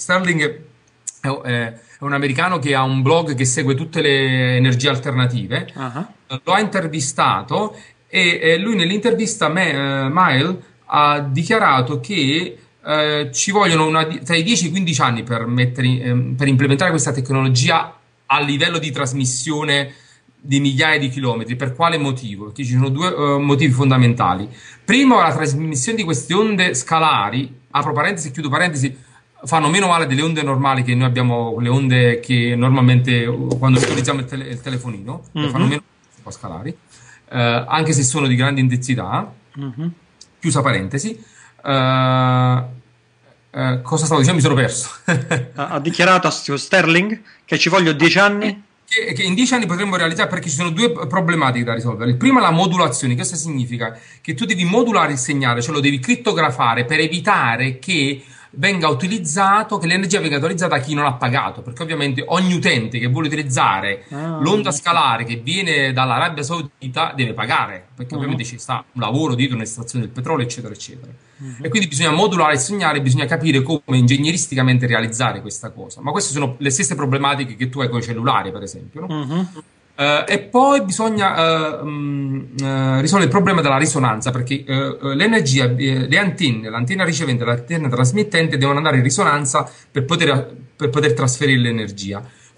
è un americano che ha un blog che segue tutte le energie alternative. Lo ha intervistato. E lui nell'intervista Mile ha dichiarato che ci vogliono tra i 10 e i 15 anni per implementare questa tecnologia a livello di trasmissione di migliaia di chilometri. Per quale motivo? Perché ci sono due motivi fondamentali. Primo, la trasmissione di queste onde scalari, apro parentesi e chiudo parentesi, fanno meno male delle onde normali che noi abbiamo, le onde che normalmente quando utilizziamo il telefonino, fanno meno scalari. Anche se sono di grande intensità. Chiusa parentesi. Cosa stavo dicendo? Mi sono perso. Ha dichiarato a Sterling che ci vogliono 10 anni. Che in 10 anni potremmo realizzare, perché ci sono due problematiche da risolvere. Il primo è la modulazione. Cosa significa? Che tu devi modulare il segnale, cioè lo devi crittografare per evitare che venga utilizzato, che l'energia venga utilizzata a chi non ha pagato, perché ovviamente ogni utente che vuole utilizzare l'onda scalare che viene dall'Arabia Saudita deve pagare, perché ovviamente ci sta un lavoro dietro, un'estrazione del petrolio, eccetera eccetera. E quindi bisogna modulare il segnale, bisogna capire come ingegneristicamente realizzare questa cosa. Ma queste sono le stesse problematiche che tu hai con i cellulari, per esempio, no? E poi bisogna risolvere il problema della risonanza, perché l'energia, le antenne, l'antenna ricevente e l'antenna trasmettente devono andare in risonanza per poter trasferire l'energia.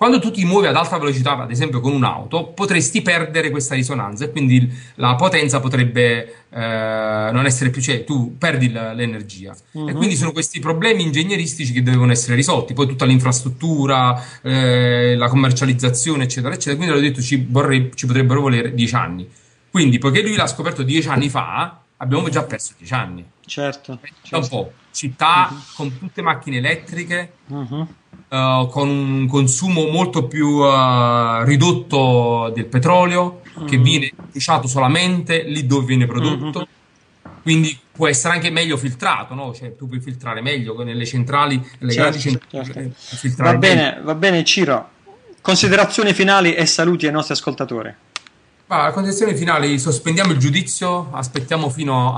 quando tu ti muovi ad alta velocità, ad esempio con un'auto, potresti perdere questa risonanza e quindi la potenza potrebbe non essere più, cioè tu perdi l'energia. E quindi sono questi problemi ingegneristici che devono essere risolti. Poi tutta l'infrastruttura, la commercializzazione, eccetera, eccetera. Quindi l'ho detto, ci potrebbero volere 10 anni. Quindi, poiché lui l'ha scoperto 10 anni fa, abbiamo già perso 10 anni. Certo. Un po'. Città con tutte macchine elettriche, con un consumo molto più ridotto del petrolio, che viene bruciato solamente lì dove viene prodotto. Quindi può essere anche meglio filtrato, no? Cioè, tu puoi filtrare meglio nelle centrali, nelle grandi centrali. Va bene, Ciro. Considerazioni finali e saluti ai nostri ascoltatori. A condizioni finali, sospendiamo il giudizio, aspettiamo fino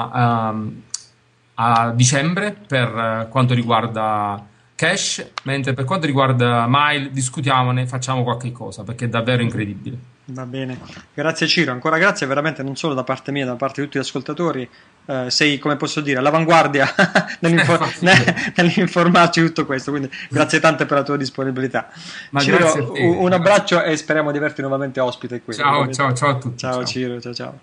a dicembre per quanto riguarda Cash, mentre per quanto riguarda Mile discutiamone, facciamo qualche cosa perché è davvero incredibile. Va bene, grazie Ciro, ancora grazie veramente non solo da parte mia, da parte di tutti gli ascoltatori, sei, come posso dire, all'avanguardia nell'informarci tutto questo, quindi grazie tante per la tua disponibilità. Ma Ciro, grazie a te. Un abbraccio e speriamo di averti nuovamente ospite qui. Ciao a tutti. Ciao Ciro, ciao.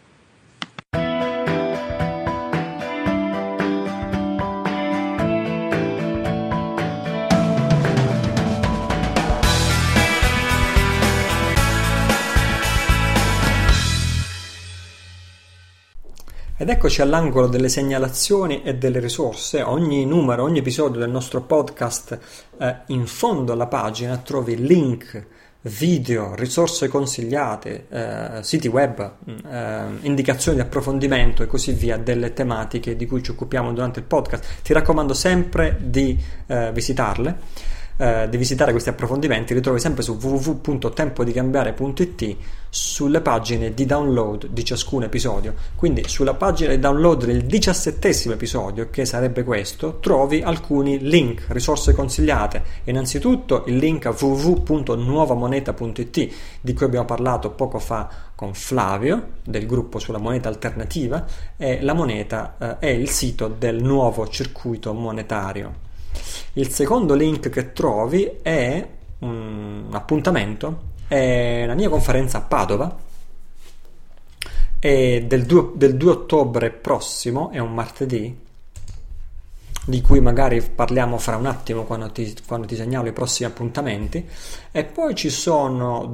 Ed eccoci all'angolo delle segnalazioni e delle risorse. Ogni numero, ogni episodio del nostro podcast, in fondo alla pagina trovi link, video, risorse consigliate, siti web, indicazioni di approfondimento e così via delle tematiche di cui ci occupiamo durante il podcast. Ti raccomando sempre di visitarle. Di visitare questi approfondimenti, li trovi sempre su www.tempodicambiare.it sulle pagine di download di ciascun episodio. Quindi sulla pagina di download del 17° episodio, che sarebbe questo, trovi alcuni link, risorse consigliate. Innanzitutto il link a www.nuovamoneta.it, di cui abbiamo parlato poco fa con Flavio del gruppo sulla moneta alternativa, e la moneta è il sito del nuovo circuito monetario. Il secondo link che trovi è un appuntamento, è la mia conferenza a Padova, è del 2 ottobre prossimo, è un martedì, di cui magari parliamo fra un attimo quando ti segnalo i prossimi appuntamenti. E poi ci sono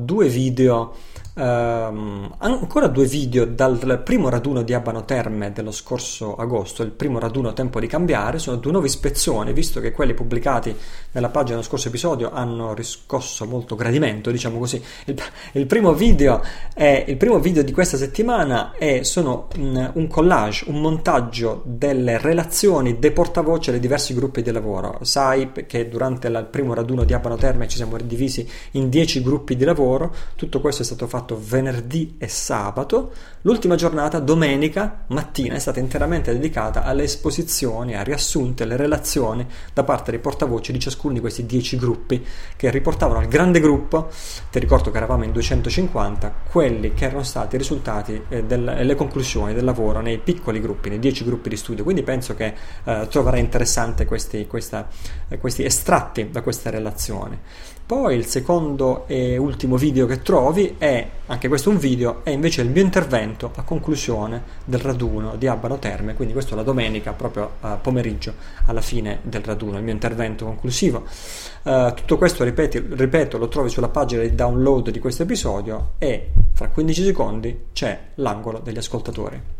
ancora due video dal primo raduno di Abano Terme dello scorso agosto, il primo raduno Tempo di Cambiare. Sono due nuovi spezzoni, visto che quelli pubblicati nella pagina dello scorso episodio hanno riscosso molto gradimento, diciamo così. Il primo video di questa settimana sono un collage, un montaggio delle relazioni dei portavoce dei diversi gruppi di lavoro. Sai che durante il primo raduno di Abano Terme ci siamo divisi in 10 gruppi di lavoro. Tutto questo è stato fatto venerdì e sabato. L'ultima giornata, domenica mattina, è stata interamente dedicata alle esposizioni, a riassunti, alle relazioni da parte dei portavoce di ciascuno di questi 10 gruppi, che riportavano al grande gruppo, ti ricordo che eravamo in 250, quelli che erano stati i risultati e le conclusioni del lavoro nei piccoli gruppi, nei 10 gruppi di studio. Quindi penso che troverai interessante questi estratti da queste relazioni. Poi il secondo e ultimo video che trovi è, anche questo un video, è invece il mio intervento a conclusione del raduno di Abano Terme, quindi questo la domenica, proprio a pomeriggio, alla fine del raduno, il mio intervento conclusivo. Tutto questo, ripeto, lo trovi sulla pagina di download di questo episodio, e fra 15 secondi c'è l'angolo degli ascoltatori.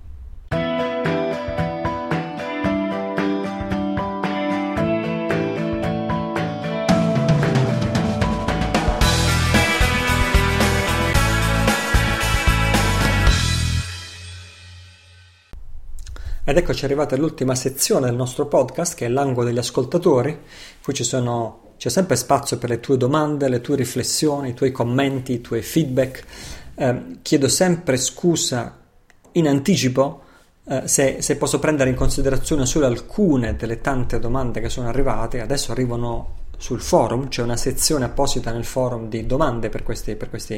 Ed eccoci arrivati all'ultima sezione del nostro podcast, che è l'angolo degli ascoltatori. Qui c'è sempre spazio per le tue domande, le tue riflessioni, i tuoi commenti, i tuoi feedback. Chiedo sempre scusa in anticipo se posso prendere in considerazione solo alcune delle tante domande che sono arrivate. Adesso arrivano sul forum, c'è una sezione apposita nel forum di domande per questi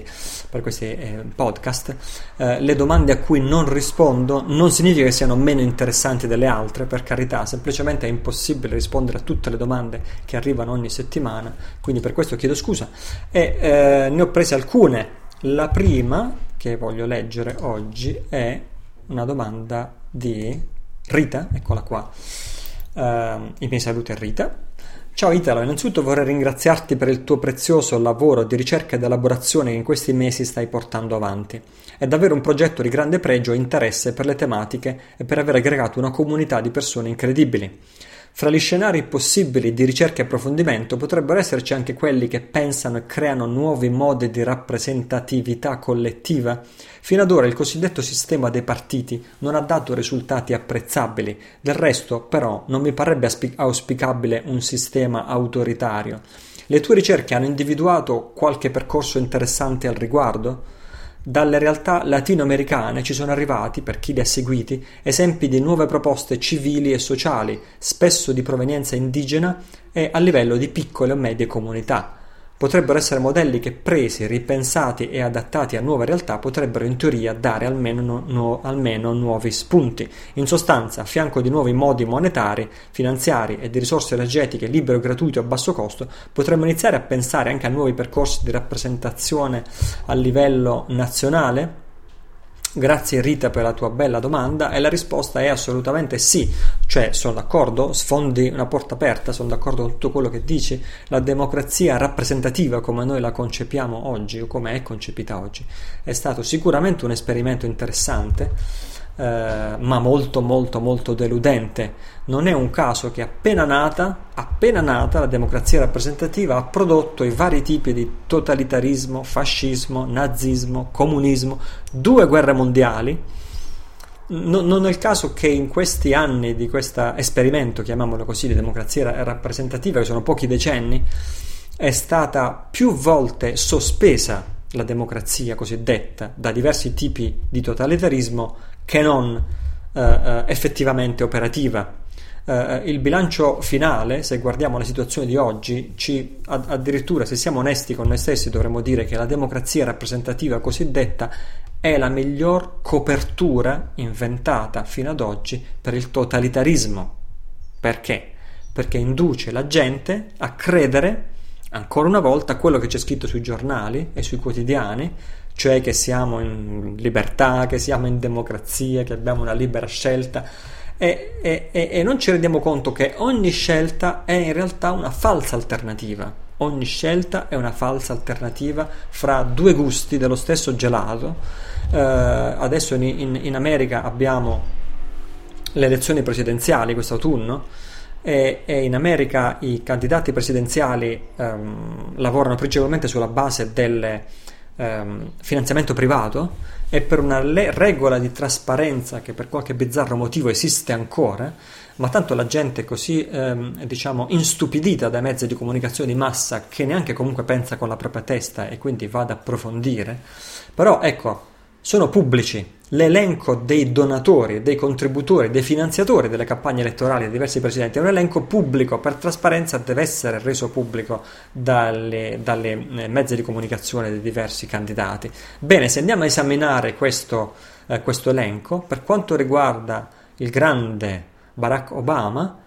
podcast. Le domande a cui non rispondo non significa che siano meno interessanti delle altre, per carità, semplicemente è impossibile rispondere a tutte le domande che arrivano ogni settimana, quindi per questo chiedo scusa, e ne ho prese alcune. La prima che voglio leggere oggi è una domanda di Rita, eccola qua. I miei saluti a Rita. Ciao Italo, innanzitutto vorrei ringraziarti per il tuo prezioso lavoro di ricerca ed elaborazione che in questi mesi stai portando avanti. È davvero un progetto di grande pregio e interesse per le tematiche e per aver aggregato una comunità di persone incredibili. Fra gli scenari possibili di ricerca e approfondimento potrebbero esserci anche quelli che pensano e creano nuovi modi di rappresentatività collettiva. Fino ad ora il cosiddetto sistema dei partiti non ha dato risultati apprezzabili, del resto però non mi parebbe auspicabile un sistema autoritario. Le tue ricerche hanno individuato qualche percorso interessante al riguardo? Dalle realtà latinoamericane ci sono arrivati, per chi li ha seguiti, esempi di nuove proposte civili e sociali, spesso di provenienza indigena e a livello di piccole o medie comunità. Potrebbero essere modelli che, presi, ripensati e adattati a nuove realtà, potrebbero in teoria dare almeno nuovi spunti. In sostanza, a fianco di nuovi modi monetari, finanziari e di risorse energetiche libere, gratuite o a basso costo, potremmo iniziare a pensare anche a nuovi percorsi di rappresentazione a livello nazionale? Grazie Rita per la tua bella domanda, e la risposta è assolutamente sì. Cioè, sono d'accordo, sfondi una porta aperta, sono d'accordo con tutto quello che dici. La democrazia rappresentativa, come noi la concepiamo oggi o come è concepita oggi, è stato sicuramente un esperimento interessante, ma molto molto molto deludente. Non è un caso che appena nata la democrazia rappresentativa ha prodotto i vari tipi di totalitarismo, fascismo, nazismo, comunismo, 2 guerre mondiali. Non è il caso che in questi anni di questo esperimento, chiamiamolo così, di democrazia rappresentativa, che sono pochi decenni, è stata più volte sospesa la democrazia cosiddetta da diversi tipi di totalitarismo che non effettivamente operativa. Il bilancio finale, se guardiamo la situazione di oggi, addirittura, se siamo onesti con noi stessi, dovremmo dire che la democrazia rappresentativa cosiddetta è la miglior copertura inventata fino ad oggi per il totalitarismo. Perché? Perché induce la gente a credere ancora una volta quello che c'è scritto sui giornali e sui quotidiani, cioè che siamo in libertà, che siamo in democrazia, che abbiamo una libera scelta, e non ci rendiamo conto che ogni scelta è in realtà una falsa alternativa. Ogni scelta è una falsa alternativa fra 2 gusti dello stesso gelato. Adesso in America abbiamo le elezioni presidenziali quest'autunno, e in America i candidati presidenziali lavorano principalmente sulla base del finanziamento privato e per una regola di trasparenza che per qualche bizzarro motivo esiste ancora, ma tanto la gente è così instupidita dai mezzi di comunicazione di massa che neanche comunque pensa con la propria testa e quindi va ad approfondire. Però ecco, sono pubblici. L'elenco dei donatori, dei contributori, dei finanziatori delle campagne elettorali dei diversi presidenti è un elenco pubblico, per trasparenza deve essere reso pubblico dalle mezzi di comunicazione dei diversi candidati. Bene, se andiamo a esaminare questo elenco, per quanto riguarda il grande Barack Obama,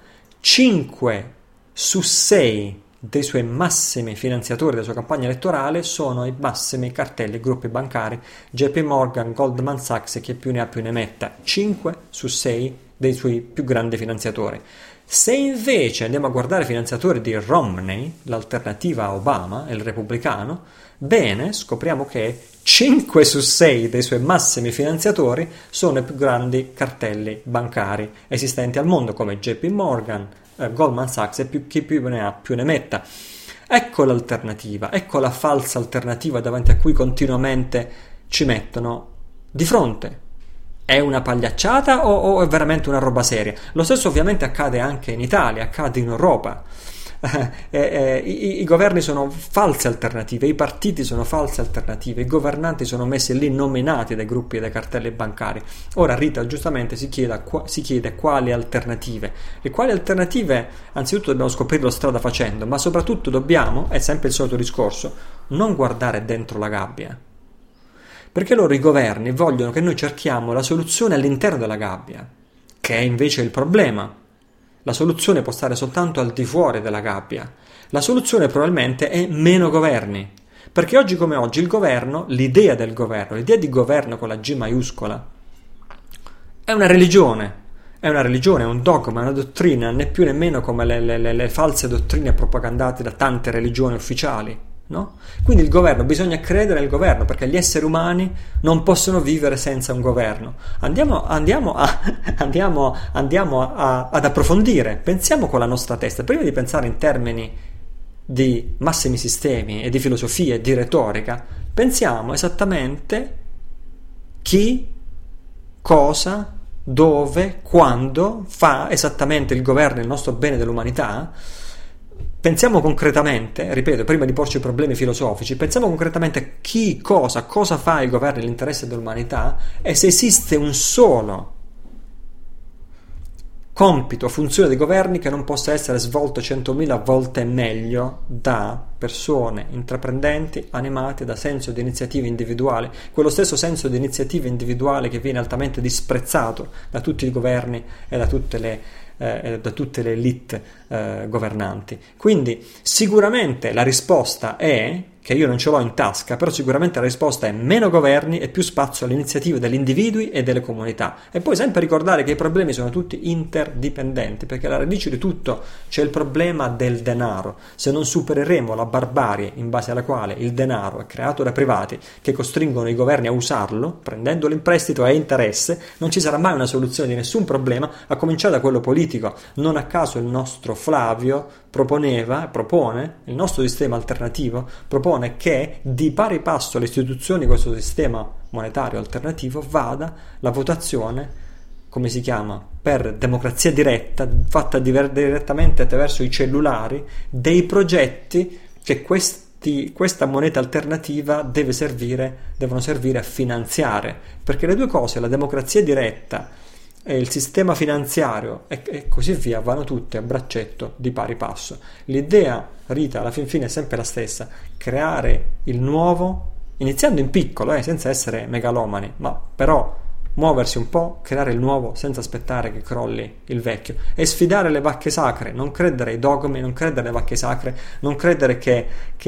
5 su 6 dei suoi massimi finanziatori della sua campagna elettorale sono i massimi cartelli, gruppi bancari, JP Morgan, Goldman Sachs e chi più ne ha più ne metta. 5 su 6 dei suoi più grandi finanziatori. Se invece andiamo a guardare i finanziatori di Romney, l'alternativa a Obama, il repubblicano, bene, scopriamo che 5 su 6 dei suoi massimi finanziatori sono i più grandi cartelli bancari esistenti al mondo, come JP Morgan, Goldman Sachs e chi più ne ha più ne metta. Ecco l'alternativa, ecco la falsa alternativa davanti a cui continuamente ci mettono di fronte. È una pagliacciata o è veramente una roba seria? Lo stesso ovviamente accade anche in Italia, accade in Europa. I governi sono false alternative, i partiti sono false alternative, i governanti sono messi lì nominati dai gruppi e dai cartelli bancari. Ora Rita giustamente si chiede quali alternative, e quali alternative anzitutto dobbiamo scoprirlo strada facendo, ma soprattutto dobbiamo, è sempre il solito discorso, non guardare dentro la gabbia, perché loro, i governi, vogliono che noi cerchiamo la soluzione all'interno della gabbia, che è invece il problema. La soluzione può stare soltanto al di fuori della gabbia. La soluzione probabilmente è meno governi, perché oggi come oggi il governo, l'idea del governo, l'idea di governo con la G maiuscola, è una religione, è un dogma, è una dottrina, né più né meno come le false dottrine propagandate da tante religioni ufficiali. No? Quindi il governo, bisogna credere nel governo, perché gli esseri umani non possono vivere senza un governo. Andiamo ad approfondire, pensiamo con la nostra testa, prima di pensare in termini di massimi sistemi e di filosofia e di retorica, pensiamo esattamente chi, cosa, dove, quando fa esattamente il governo il nostro bene dell'umanità. Pensiamo concretamente, ripeto, prima di porci problemi filosofici, pensiamo concretamente chi, cosa fa il governo nell'interesse dell'umanità, e se esiste un solo compito, funzione dei governi che non possa essere svolto 100.000 volte meglio da persone intraprendenti, animate da senso di iniziativa individuale, quello stesso senso di iniziativa individuale che viene altamente disprezzato da tutti i governi e da tutte le elite governanti. Quindi sicuramente la risposta è, che io non ce l'ho in tasca, però sicuramente la risposta è meno governi e più spazio alle iniziative degli individui e delle comunità. E poi sempre ricordare che i problemi sono tutti interdipendenti, perché alla radice di tutto c'è il problema del denaro. Se non supereremo la barbarie in base alla quale il denaro è creato da privati che costringono i governi a usarlo, prendendolo in prestito a interesse, non ci sarà mai una soluzione di nessun problema, a cominciare da quello politico. Non a caso il nostro Flavio propone, il nostro sistema alternativo propone che di pari passo alle istituzioni di questo sistema monetario alternativo vada la votazione, come si chiama, per democrazia diretta, fatta direttamente attraverso i cellulari, dei progetti che questa moneta alternativa devono servire a finanziare, perché le due cose, la democrazia diretta e il sistema finanziario e così via, vanno tutte a braccetto di pari passo. L'idea, Rita, alla fin fine è sempre la stessa: creare il nuovo, iniziando in piccolo, senza essere megalomani, ma però muoversi un po', creare il nuovo senza aspettare che crolli il vecchio, e sfidare le vacche sacre, non credere ai dogmi, non credere alle vacche sacre, non credere che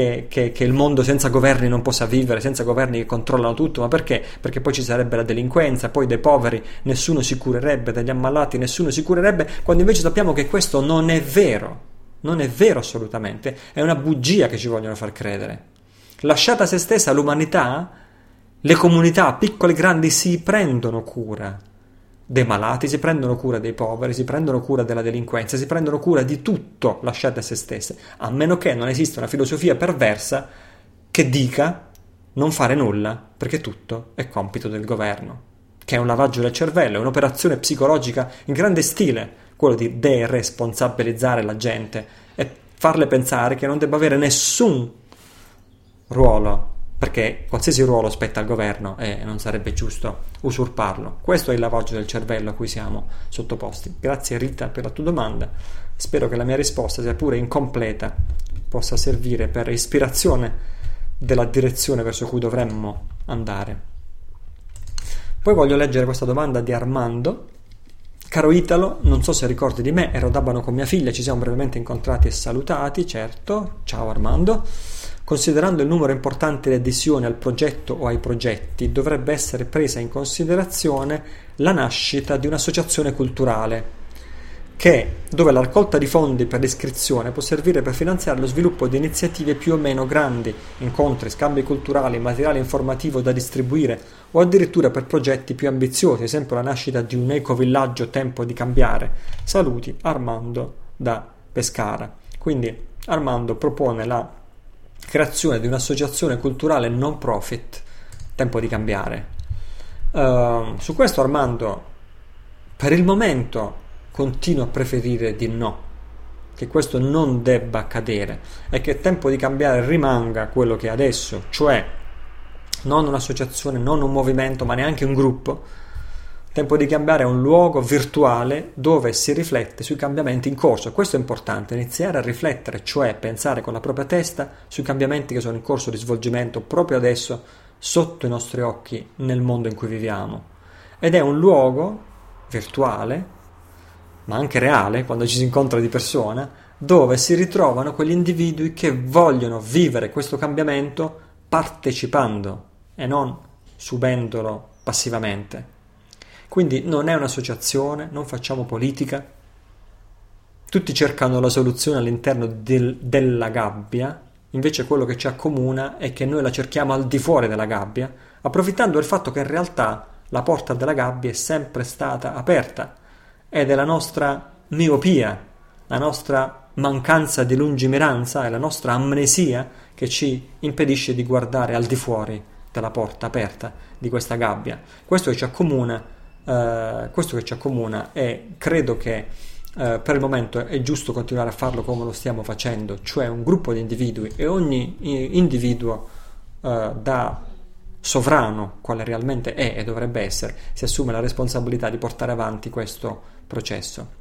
il mondo senza governi non possa vivere, senza governi che controllano tutto. Ma perché? Perché poi ci sarebbe la delinquenza, poi dei poveri nessuno si curerebbe, degli ammalati nessuno si curerebbe, quando invece sappiamo che questo non è vero assolutamente, è una bugia che ci vogliono far credere. Lasciata a se stessa l'umanità, le comunità, piccole e grandi, si prendono cura dei malati, si prendono cura dei poveri, si prendono cura della delinquenza, si prendono cura di tutto lasciate a se stesse, a meno che non esista una filosofia perversa che dica non fare nulla, perché tutto è compito del governo, che è un lavaggio del cervello, è un'operazione psicologica in grande stile, quello di deresponsabilizzare la gente e farle pensare che non debba avere nessun ruolo, perché qualsiasi ruolo spetta al governo e non sarebbe giusto usurparlo. Questo è il lavaggio del cervello a cui siamo sottoposti. Grazie Rita per la tua domanda, spero che la mia risposta, sia pure incompleta, possa servire per ispirazione della direzione verso cui dovremmo andare. Poi voglio leggere questa domanda di Armando. Caro Italo, non so se ricordi di me, ero ad Abano con mia figlia, ci siamo brevemente incontrati e salutati. Certo, ciao Armando. Considerando il numero importante di adesioni al progetto o ai progetti, dovrebbe essere presa in considerazione la nascita di un'associazione culturale dove la raccolta di fondi per l'iscrizione può servire per finanziare lo sviluppo di iniziative più o meno grandi, incontri, scambi culturali, materiale informativo da distribuire o addirittura per progetti più ambiziosi, ad esempio la nascita di un ecovillaggio Tempo di Cambiare. Saluti, Armando da Pescara. Quindi Armando propone la creazione di un'associazione culturale non profit, Tempo di Cambiare. Su questo Armando per il momento continuo a preferire di no, che questo non debba accadere e che è tempo di cambiare rimanga quello che è adesso, cioè non un'associazione, non un movimento, ma neanche un gruppo. Tempo di cambiare un luogo virtuale dove si riflette sui cambiamenti in corso. Questo è importante, iniziare a riflettere, cioè pensare con la propria testa sui cambiamenti che sono in corso di svolgimento proprio adesso sotto i nostri occhi nel mondo in cui viviamo. Ed è un luogo virtuale, ma anche reale, quando ci si incontra di persona, dove si ritrovano quegli individui che vogliono vivere questo cambiamento partecipando e non subendolo passivamente. Quindi non è un'associazione, non facciamo politica. Tutti cercano la soluzione all'interno della gabbia, invece quello che ci accomuna è che noi la cerchiamo al di fuori della gabbia, approfittando del fatto che in realtà la porta della gabbia è sempre stata aperta ed è la nostra miopia, la nostra mancanza di lungimiranza e la nostra amnesia che ci impedisce di guardare al di fuori della porta aperta di questa gabbia. Questo che ci accomuna e credo che per il momento è giusto continuare a farlo come lo stiamo facendo, cioè un gruppo di individui e ogni individuo da sovrano, quale realmente è e dovrebbe essere, si assume la responsabilità di portare avanti questo processo.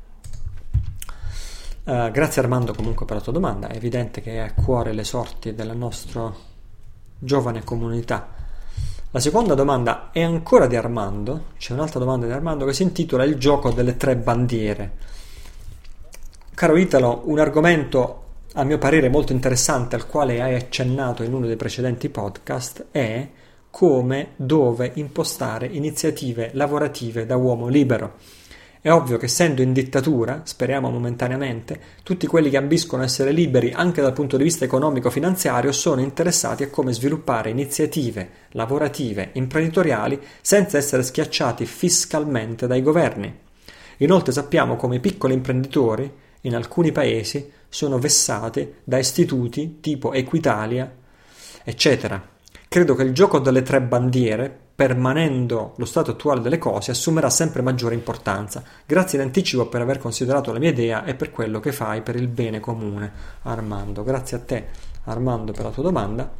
Grazie Armando comunque per la tua domanda, è evidente che è a cuore le sorti della nostra giovane comunità. La seconda domanda è ancora di Armando, c'è un'altra domanda di Armando che si intitola Il gioco delle tre bandiere. Caro Italo, un argomento a mio parere molto interessante al quale hai accennato in uno dei precedenti podcast è come, dove impostare iniziative lavorative da uomo libero. È ovvio che essendo in dittatura, speriamo momentaneamente, tutti quelli che ambiscono a essere liberi anche dal punto di vista economico-finanziario sono interessati a come sviluppare iniziative lavorative, imprenditoriali, senza essere schiacciati fiscalmente dai governi. Inoltre sappiamo come i piccoli imprenditori, in alcuni paesi, sono vessati da istituti tipo Equitalia, eccetera. Credo che il gioco delle tre bandiere, permanendo lo stato attuale delle cose, assumerà sempre maggiore importanza. Grazie in anticipo per aver considerato la mia idea e per quello che fai per il bene comune, Armando. Grazie a te, Armando, per la tua domanda.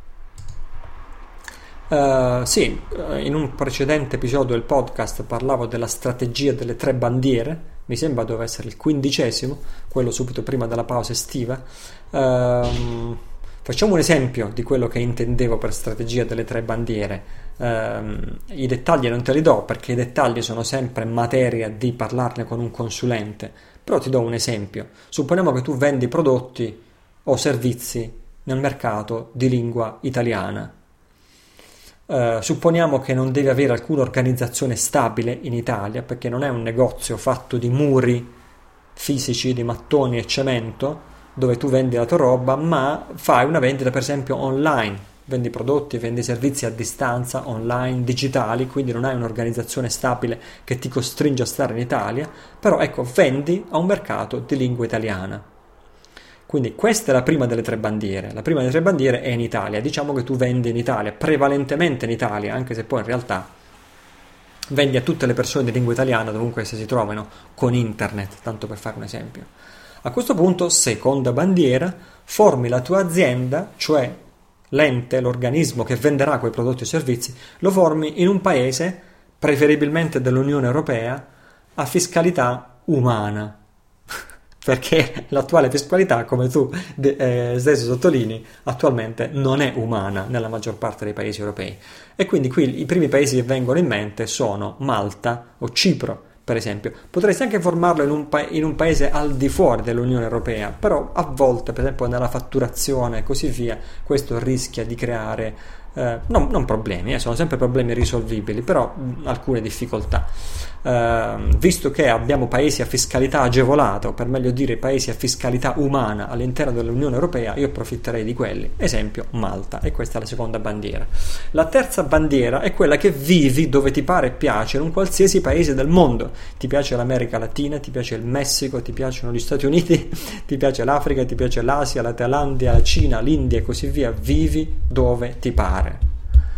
Sì, in un precedente episodio del podcast parlavo della strategia delle tre bandiere, mi sembra doveva essere il 15°, quello subito prima della pausa estiva. Facciamo un esempio di quello che intendevo per strategia delle tre bandiere. I dettagli non te li do perché i dettagli sono sempre materia di parlarne con un consulente, però ti do un esempio. Supponiamo che tu vendi prodotti o servizi nel mercato di lingua italiana. Supponiamo che non devi avere alcuna organizzazione stabile in Italia perché non è un negozio fatto di muri fisici, di mattoni e cemento dove tu vendi la tua roba, ma fai una vendita per esempio online, vendi prodotti, vendi servizi a distanza, online, digitali, quindi non hai un'organizzazione stabile che ti costringe a stare in Italia, però ecco, vendi a un mercato di lingua italiana. Quindi questa è la prima delle tre bandiere. La prima delle tre bandiere è in Italia. Diciamo che tu vendi in Italia, prevalentemente in Italia, anche se poi in realtà vendi a tutte le persone di lingua italiana dovunque esse si trovino con internet, tanto per fare un esempio. A questo punto, seconda bandiera, formi la tua azienda, cioè l'ente, l'organismo che venderà quei prodotti o servizi, lo formi in un paese, preferibilmente dell'Unione Europea, a fiscalità umana. Perché l'attuale fiscalità, come tu stesso sottolinei, attualmente non è umana nella maggior parte dei paesi europei. E quindi qui i primi paesi che vengono in mente sono Malta o Cipro, per esempio. Potresti anche formarlo in un paese al di fuori dell'Unione Europea, però a volte, per esempio nella fatturazione e così via, questo rischia di creare non problemi, sono sempre problemi risolvibili, però alcune difficoltà. Visto che abbiamo paesi a fiscalità agevolata, o per meglio dire paesi a fiscalità umana all'interno dell'Unione Europea, io approfitterei di quelli, esempio Malta, e questa è la seconda bandiera. La terza bandiera è quella che vivi dove ti pare e piace in un qualsiasi paese del mondo. Ti piace l'America Latina, ti piace il Messico, ti piacciono gli Stati Uniti, ti piace l'Africa, ti piace l'Asia, la Thailandia, la Cina, l'India e così via. Vivi dove ti pare.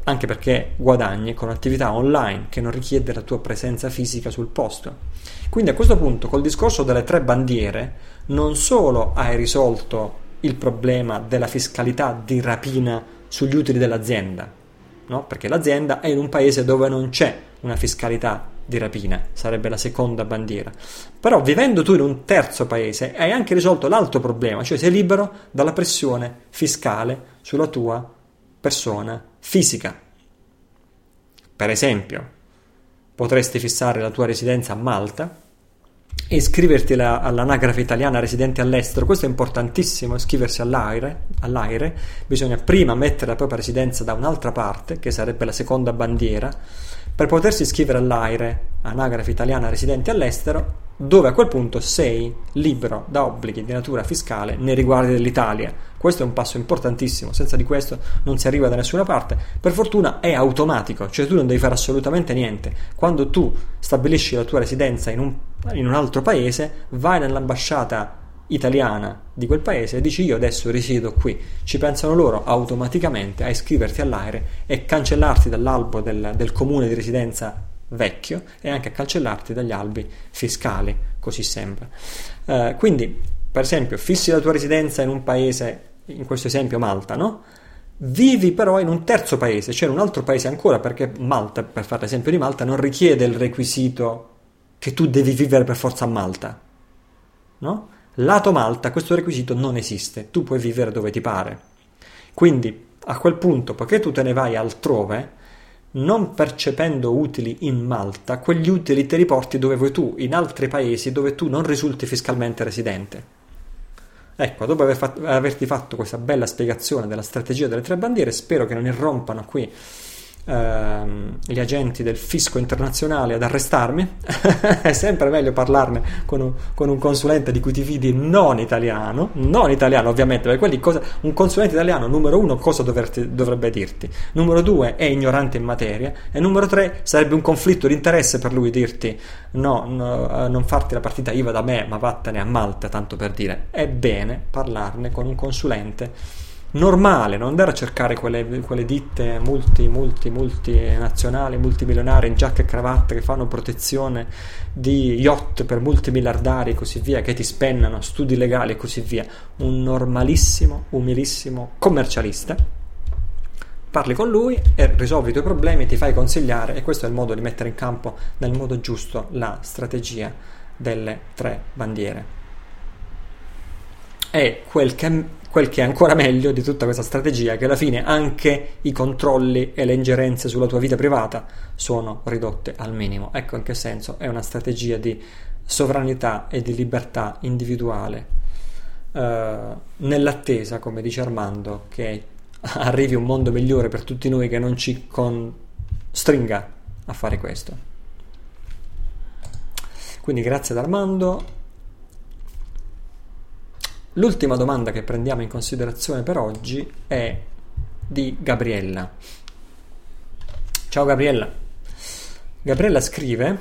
anche perché guadagni con attività online che non richiede la tua presenza fisica sul posto. Quindi a questo punto, col discorso delle 3 bandiere, non solo hai risolto il problema della fiscalità di rapina sugli utili dell'azienda, no? Perché l'azienda è in un paese dove non c'è una fiscalità di rapina, sarebbe la seconda bandiera. Però vivendo tu in un terzo paese hai anche risolto l'altro problema, cioè sei libero dalla pressione fiscale sulla tua persona fisica. Per esempio, potresti fissare la tua residenza a Malta e iscriverti all'anagrafe italiana residenti all'estero. Questo è importantissimo, iscriversi all'AIRE. Bisogna prima mettere la propria residenza da un'altra parte, che sarebbe la seconda bandiera, per potersi iscrivere all'AIRE, anagrafe italiana residenti all'estero, dove a quel punto sei libero da obblighi di natura fiscale nei riguardi dell'Italia. Questo è un passo importantissimo, senza di questo non si arriva da nessuna parte. Per fortuna è automatico, cioè tu non devi fare assolutamente niente. Quando tu stabilisci la tua residenza in un altro paese, vai nell'ambasciata italiana di quel paese e dici io adesso risiedo qui. Ci pensano loro automaticamente a iscriverti all'AIRE e cancellarti dall'albo del comune di residenza vecchio e anche a cancellarti dagli albi fiscali, così sembra. Quindi, per esempio, fissi la tua residenza in un paese, in questo esempio Malta, no? Vivi però in un terzo paese, cioè in un altro paese ancora, perché Malta, per fare l'esempio di Malta, non richiede il requisito che tu devi vivere per forza a Malta, no? Lato Malta questo requisito non esiste, tu puoi vivere dove ti pare. Quindi a quel punto, poiché tu te ne vai altrove, non percependo utili in Malta, quegli utili te li porti dove vuoi tu, in altri paesi dove tu non risulti fiscalmente residente. Ecco, dopo averti fatto questa bella spiegazione della strategia delle 3 bandiere, spero che non irrompano qui gli agenti del fisco internazionale ad arrestarmi. È sempre meglio parlarne con un consulente di cui ti fidi non italiano ovviamente, perché un consulente italiano, numero 1, cosa dovrebbe dirti, numero 2 è ignorante in materia, e numero 3 sarebbe un conflitto di interesse per lui dirti no, non farti la partita IVA da me, ma vattene a Malta, tanto per dire. È bene parlarne con un consulente normale, non andare a cercare quelle ditte multinazionali, multimilionarie in giacca e cravatta che fanno protezione di yacht per multimiliardari e così via, che ti spennano studi legali e così via. Un normalissimo, umilissimo commercialista, parli con lui e risolvi i tuoi problemi, ti fai consigliare, e questo è il modo di mettere in campo nel modo giusto la strategia delle 3 bandiere. E quel che è ancora meglio di tutta questa strategia è che alla fine anche i controlli e le ingerenze sulla tua vita privata sono ridotte al minimo. Ecco in che senso è una strategia di sovranità e di libertà individuale, nell'attesa, come dice Armando, che arrivi un mondo migliore per tutti noi che non ci costringa a fare questo. Quindi grazie ad Armando. L'ultima domanda che prendiamo in considerazione per oggi è di Gabriella. Ciao Gabriella. Gabriella scrive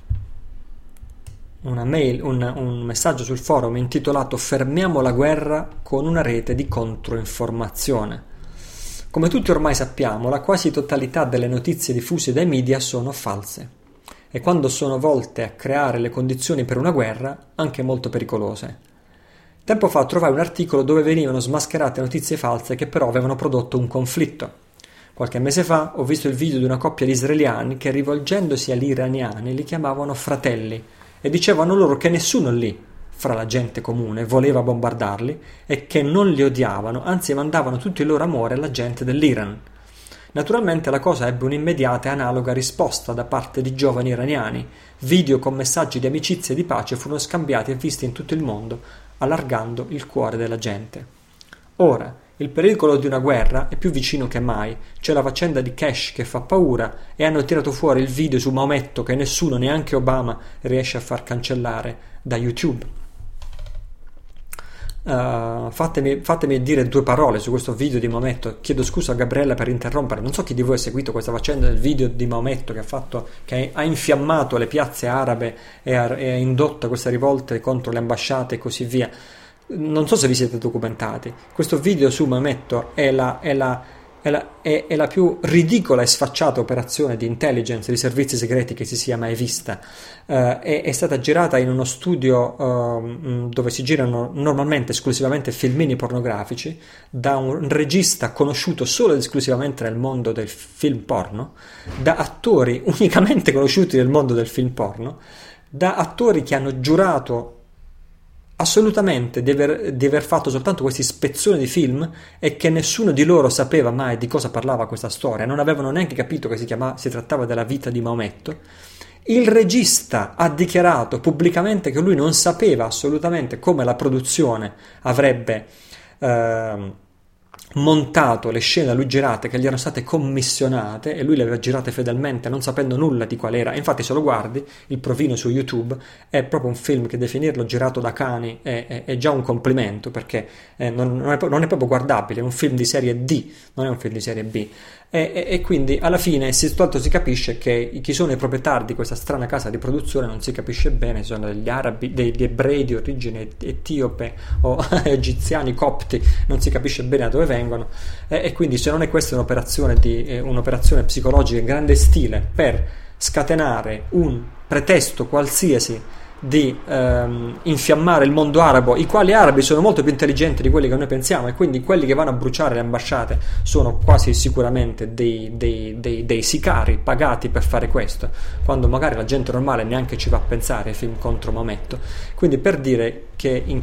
una mail, un messaggio sul forum intitolato "Fermiamo la guerra con una rete di controinformazione". Come tutti ormai sappiamo, la quasi totalità delle notizie diffuse dai media sono false e quando sono volte a creare le condizioni per una guerra, anche molto pericolose. Tempo fa trovai un articolo dove venivano smascherate notizie false che però avevano prodotto un conflitto. Qualche mese fa ho visto il video di una coppia di israeliani che, rivolgendosi agli iraniani, li chiamavano fratelli e dicevano loro che nessuno lì, fra la gente comune, voleva bombardarli e che non li odiavano, anzi mandavano tutto il loro amore alla gente dell'Iran. Naturalmente la cosa ebbe un'immediata e analoga risposta da parte di giovani iraniani. Video con messaggi di amicizia e di pace furono scambiati e visti in tutto il mondo, allargando il cuore della gente. Ora, il pericolo di una guerra è più vicino che mai. C'è la faccenda di Kesh che fa paura e hanno tirato fuori il video su Maometto che nessuno, neanche Obama, riesce a far cancellare da YouTube. Fatemi dire 2 parole su questo video di Maometto. Chiedo scusa a Gabriella per interrompere, non so chi di voi ha seguito questa faccenda del video di Maometto che ha infiammato le piazze arabe e ha indotto queste rivolte contro le ambasciate e così via. Non so se vi siete documentati. Questo video su Maometto è è la più ridicola e sfacciata operazione di intelligence, di servizi segreti che si sia mai vista. È stata girata in uno studio dove si girano normalmente esclusivamente filmini pornografici, da un regista conosciuto solo ed esclusivamente nel mondo del film porno, da attori unicamente conosciuti nel mondo del film porno, da attori che hanno giurato assolutamente di aver fatto soltanto questi spezzoni di film e che nessuno di loro sapeva mai di cosa parlava questa storia, non avevano neanche capito che si trattava della vita di Maometto. Il regista ha dichiarato pubblicamente che lui non sapeva assolutamente come la produzione avrebbe montato le scene da lui girate, che gli erano state commissionate, e lui le aveva girate fedelmente non sapendo nulla di qual era. Infatti, se lo guardi il provino su YouTube, è proprio un film che definirlo girato da cani è già un complimento, perché non è proprio guardabile, è un film di serie D, non è un film di serie B. E quindi alla fine soltanto si capisce che chi sono i proprietari di questa strana casa di produzione non si capisce bene, sono degli arabi, degli ebrei di origine etiope o egiziani, copti, non si capisce bene da dove vengono, e quindi se non è questa un'operazione psicologica in grande stile per scatenare un pretesto qualsiasi di infiammare il mondo arabo, i quali arabi sono molto più intelligenti di quelli che noi pensiamo, e quindi quelli che vanno a bruciare le ambasciate sono quasi sicuramente dei sicari pagati per fare questo, quando magari la gente normale neanche ci va a pensare ai film contro Maometto. Quindi per dire che in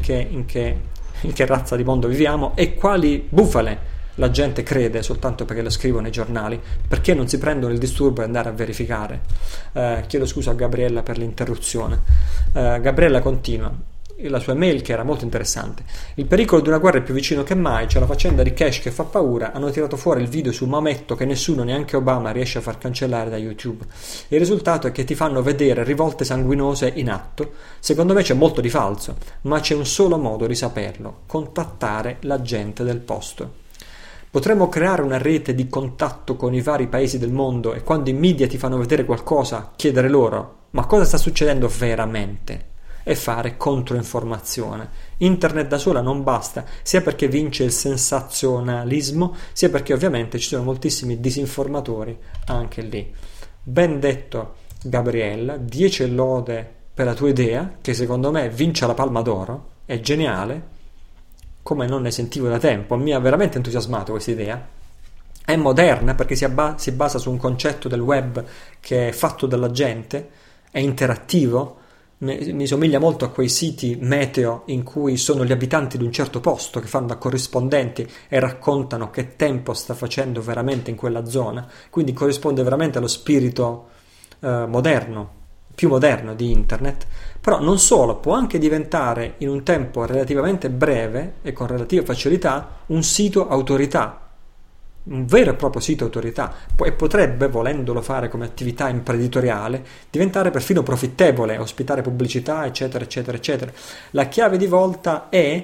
che razza di mondo viviamo e quali bufale la gente crede soltanto perché lo scrivono i giornali, perché non si prendono il disturbo di andare a verificare. Chiedo scusa a Gabriella per l'interruzione. Gabriella continua la sua mail, che era molto interessante. Il pericolo di una guerra è più vicino che mai, c'è la faccenda di Cash che fa paura, hanno tirato fuori il video su Maometto che nessuno, neanche Obama, riesce a far cancellare da YouTube. Il risultato è che ti fanno vedere rivolte sanguinose in atto. Secondo me c'è molto di falso, ma c'è un solo modo di saperlo: contattare la gente del posto. Potremmo creare una rete di contatto con i vari paesi del mondo e quando i media ti fanno vedere qualcosa, chiedere loro: ma cosa sta succedendo veramente? E fare controinformazione. Internet da sola non basta, sia perché vince il sensazionalismo, sia perché ovviamente ci sono moltissimi disinformatori anche lì. Ben detto, Gabriella, 10 lode per la tua idea, che secondo me vince la Palma d'Oro, è geniale, come non ne sentivo da tempo, mi ha veramente entusiasmato questa idea. È moderna perché si basa su un concetto del web che è fatto dalla gente, è interattivo, mi somiglia molto a quei siti meteo in cui sono gli abitanti di un certo posto che fanno da corrispondenti e raccontano che tempo sta facendo veramente in quella zona, quindi corrisponde veramente allo spirito moderno, più moderno di internet. Però non solo, può anche diventare in un tempo relativamente breve e con relativa facilità un sito autorità, un vero e proprio sito autorità, e potrebbe, volendolo fare come attività imprenditoriale, diventare perfino profittevole, ospitare pubblicità, eccetera, eccetera, eccetera. La chiave di volta è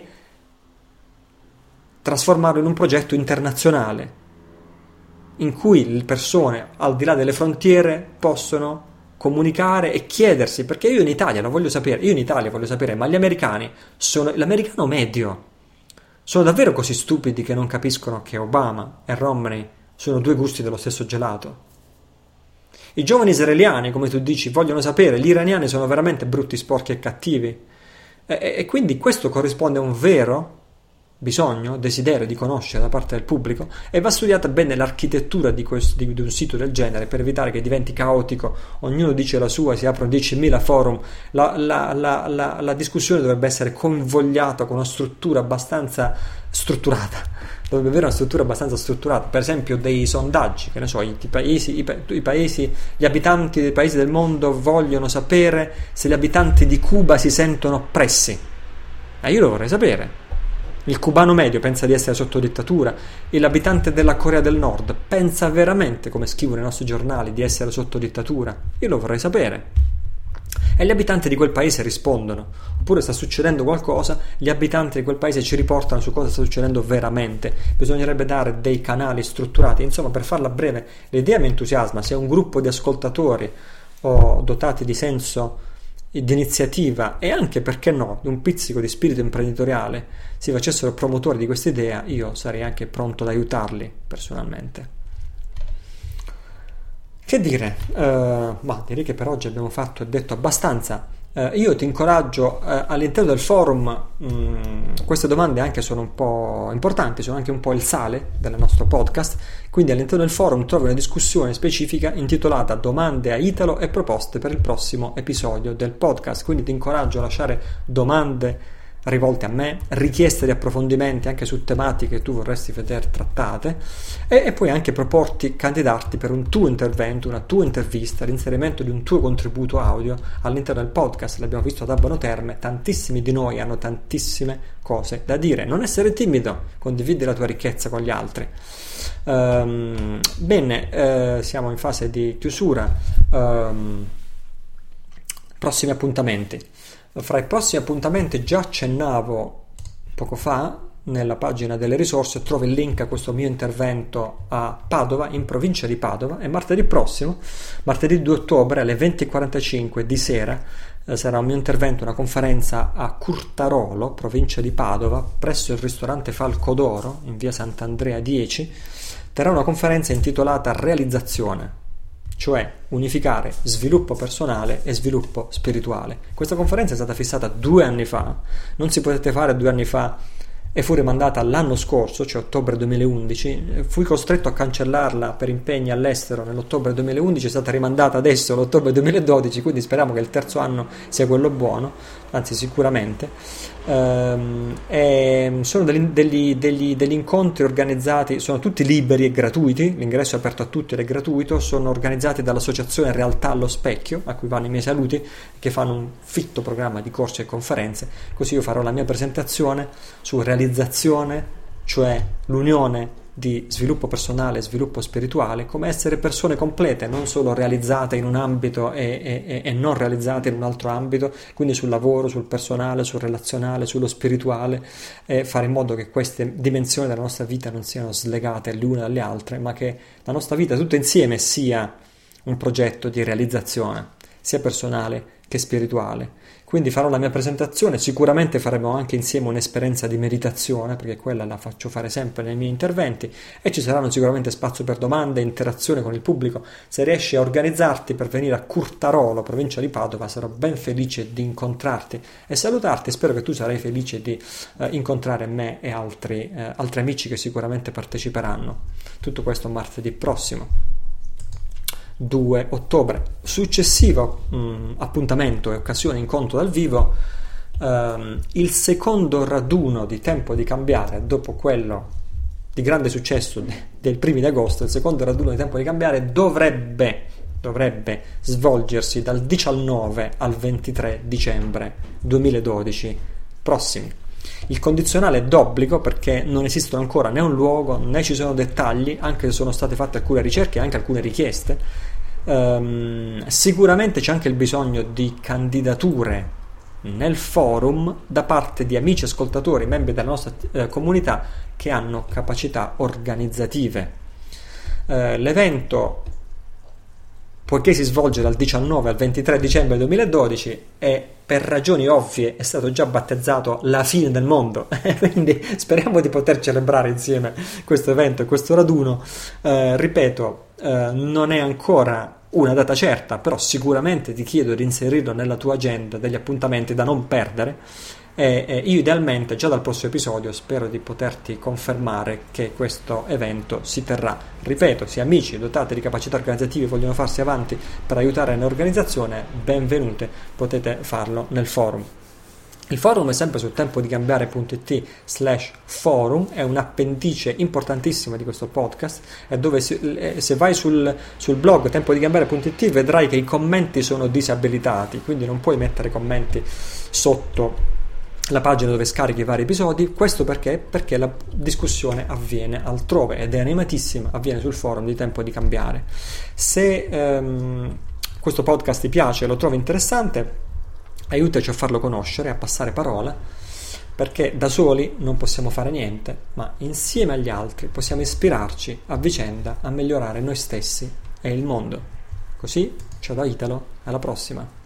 trasformarlo in un progetto internazionale, in cui le persone, al di là delle frontiere, possono comunicare e chiedersi, perché io in Italia voglio sapere, ma gli americani l'americano medio sono davvero così stupidi che non capiscono che Obama e Romney sono due gusti dello stesso gelato? I giovani israeliani, come tu dici, vogliono sapere, gli iraniani sono veramente brutti, sporchi e cattivi, e quindi questo corrisponde a un vero bisogno, desiderio di conoscere da parte del pubblico, e va studiata bene l'architettura di un sito del genere per evitare che diventi caotico, ognuno dice la sua, si aprono 10.000 forum. La discussione dovrebbe essere convogliata con una struttura abbastanza strutturata, dovrebbe avere una struttura abbastanza strutturata, per esempio dei sondaggi, che ne so, gli abitanti dei paesi del mondo vogliono sapere se gli abitanti di Cuba si sentono oppressi, io lo vorrei sapere. Il cubano medio pensa di essere sotto dittatura, e l'abitante della Corea del Nord pensa veramente, come scrivono i nostri giornali, di essere sotto dittatura? Io lo vorrei sapere. E gli abitanti di quel paese rispondono, oppure sta succedendo qualcosa, gli abitanti di quel paese ci riportano su cosa sta succedendo veramente. Bisognerebbe dare dei canali strutturati. Insomma, per farla breve, l'idea mi entusiasma. Se un gruppo di ascoltatori o dotati di senso di iniziativa e anche, perché no, di un pizzico di spirito imprenditoriale si facessero promotori di questa idea, io sarei anche pronto ad aiutarli personalmente. Che dire? Ma direi che per oggi abbiamo fatto e detto abbastanza. Io ti incoraggio all'interno del forum, queste domande anche sono un po' importanti, sono anche un po' il sale del nostro podcast, quindi all'interno del forum trovi una discussione specifica intitolata Domande a Italo e proposte per il prossimo episodio del podcast, quindi ti incoraggio a lasciare domande rivolte a me, richieste di approfondimenti anche su tematiche che tu vorresti vedere trattate e poi anche proporti, candidarti per un tuo intervento, una tua intervista, l'inserimento di un tuo contributo audio all'interno del podcast. L'abbiamo visto ad Abano Terme, tantissimi di noi hanno tantissime cose da dire. Non essere timido, condividi la tua ricchezza con gli altri. Bene, siamo in fase di chiusura. Prossimi appuntamenti. Fra i prossimi appuntamenti, già accennavo poco fa, nella pagina delle risorse trovi il link a questo mio intervento a Padova, in provincia di Padova, e martedì prossimo, martedì 2 ottobre alle 20:45 di sera, sarà un mio intervento, una conferenza a Curtarolo, provincia di Padova, presso il ristorante Falco d'Oro in via Sant'Andrea 10. Terrà una conferenza intitolata Realizzazione, cioè unificare sviluppo personale e sviluppo spirituale. Questa conferenza è stata fissata 2 anni fa, non si potette fare 2 anni fa e fu rimandata l'anno scorso, cioè ottobre 2011. Fui costretto a cancellarla per impegni all'estero nell'ottobre 2011, è stata rimandata adesso l'ottobre 2012, quindi speriamo che il terzo anno sia quello buono, anzi sicuramente. Sono degli incontri organizzati, sono tutti liberi e gratuiti, l'ingresso è aperto a tutti ed è gratuito, sono organizzati dall'associazione Realtà allo Specchio, a cui vanno i miei saluti, che fanno un fitto programma di corsi e conferenze. Così io farò la mia presentazione su realizzazione, cioè l'unione di sviluppo personale e sviluppo spirituale, come essere persone complete, non solo realizzate in un ambito e non realizzate in un altro ambito, quindi sul lavoro, sul personale, sul relazionale, sullo spirituale, e fare in modo che queste dimensioni della nostra vita non siano slegate le une dalle altre, ma che la nostra vita tutta insieme sia un progetto di realizzazione, sia personale che spirituale. Quindi farò la mia presentazione, sicuramente faremo anche insieme un'esperienza di meditazione, perché quella la faccio fare sempre nei miei interventi, e ci saranno sicuramente spazio per domande e interazione con il pubblico. Se riesci a organizzarti per venire a Curtarolo, provincia di Padova, sarò ben felice di incontrarti e salutarti. Spero che tu sarai felice di incontrare me e altri amici che sicuramente parteciperanno. Tutto questo martedì prossimo, 2 ottobre. Successivo appuntamento e occasione, incontro dal vivo, il secondo raduno di Tempo di Cambiare, dopo quello di grande successo del primi di agosto. Il secondo raduno di Tempo di Cambiare dovrebbe svolgersi dal 19 al 23 dicembre 2012 prossimi. Il condizionale è d'obbligo perché non esistono ancora né un luogo né ci sono dettagli, anche se sono state fatte alcune ricerche e anche alcune richieste. Sicuramente c'è anche il bisogno di candidature nel forum da parte di amici ascoltatori, membri della nostra comunità che hanno capacità organizzative. L'evento, poiché si svolge dal 19 al 23 dicembre 2012 e per ragioni ovvie è stato già battezzato la fine del mondo, quindi speriamo di poter celebrare insieme questo evento e questo raduno. Ripeto, non è ancora una data certa, però sicuramente ti chiedo di inserirlo nella tua agenda degli appuntamenti da non perdere. Io idealmente già dal prossimo episodio spero di poterti confermare che questo evento si terrà. Ripeto, se amici dotati di capacità organizzative vogliono farsi avanti per aiutare nell'organizzazione, benvenute, potete farlo nel forum. Il forum è sempre su tempodigambiare.it/forum, è un appendice importantissimo di questo podcast, è dove se vai sul blog tempodigambiare.it vedrai che i commenti sono disabilitati, quindi non puoi mettere commenti sotto la pagina dove scarichi i vari episodi. Questo perché la discussione avviene altrove ed è animatissima, avviene sul forum di Tempo di Cambiare. Se questo podcast ti piace e lo trovi interessante, aiutaci a farlo conoscere, a passare parola, perché da soli non possiamo fare niente, ma insieme agli altri possiamo ispirarci a vicenda a migliorare noi stessi e il mondo. Così, ciao da Italo, alla prossima.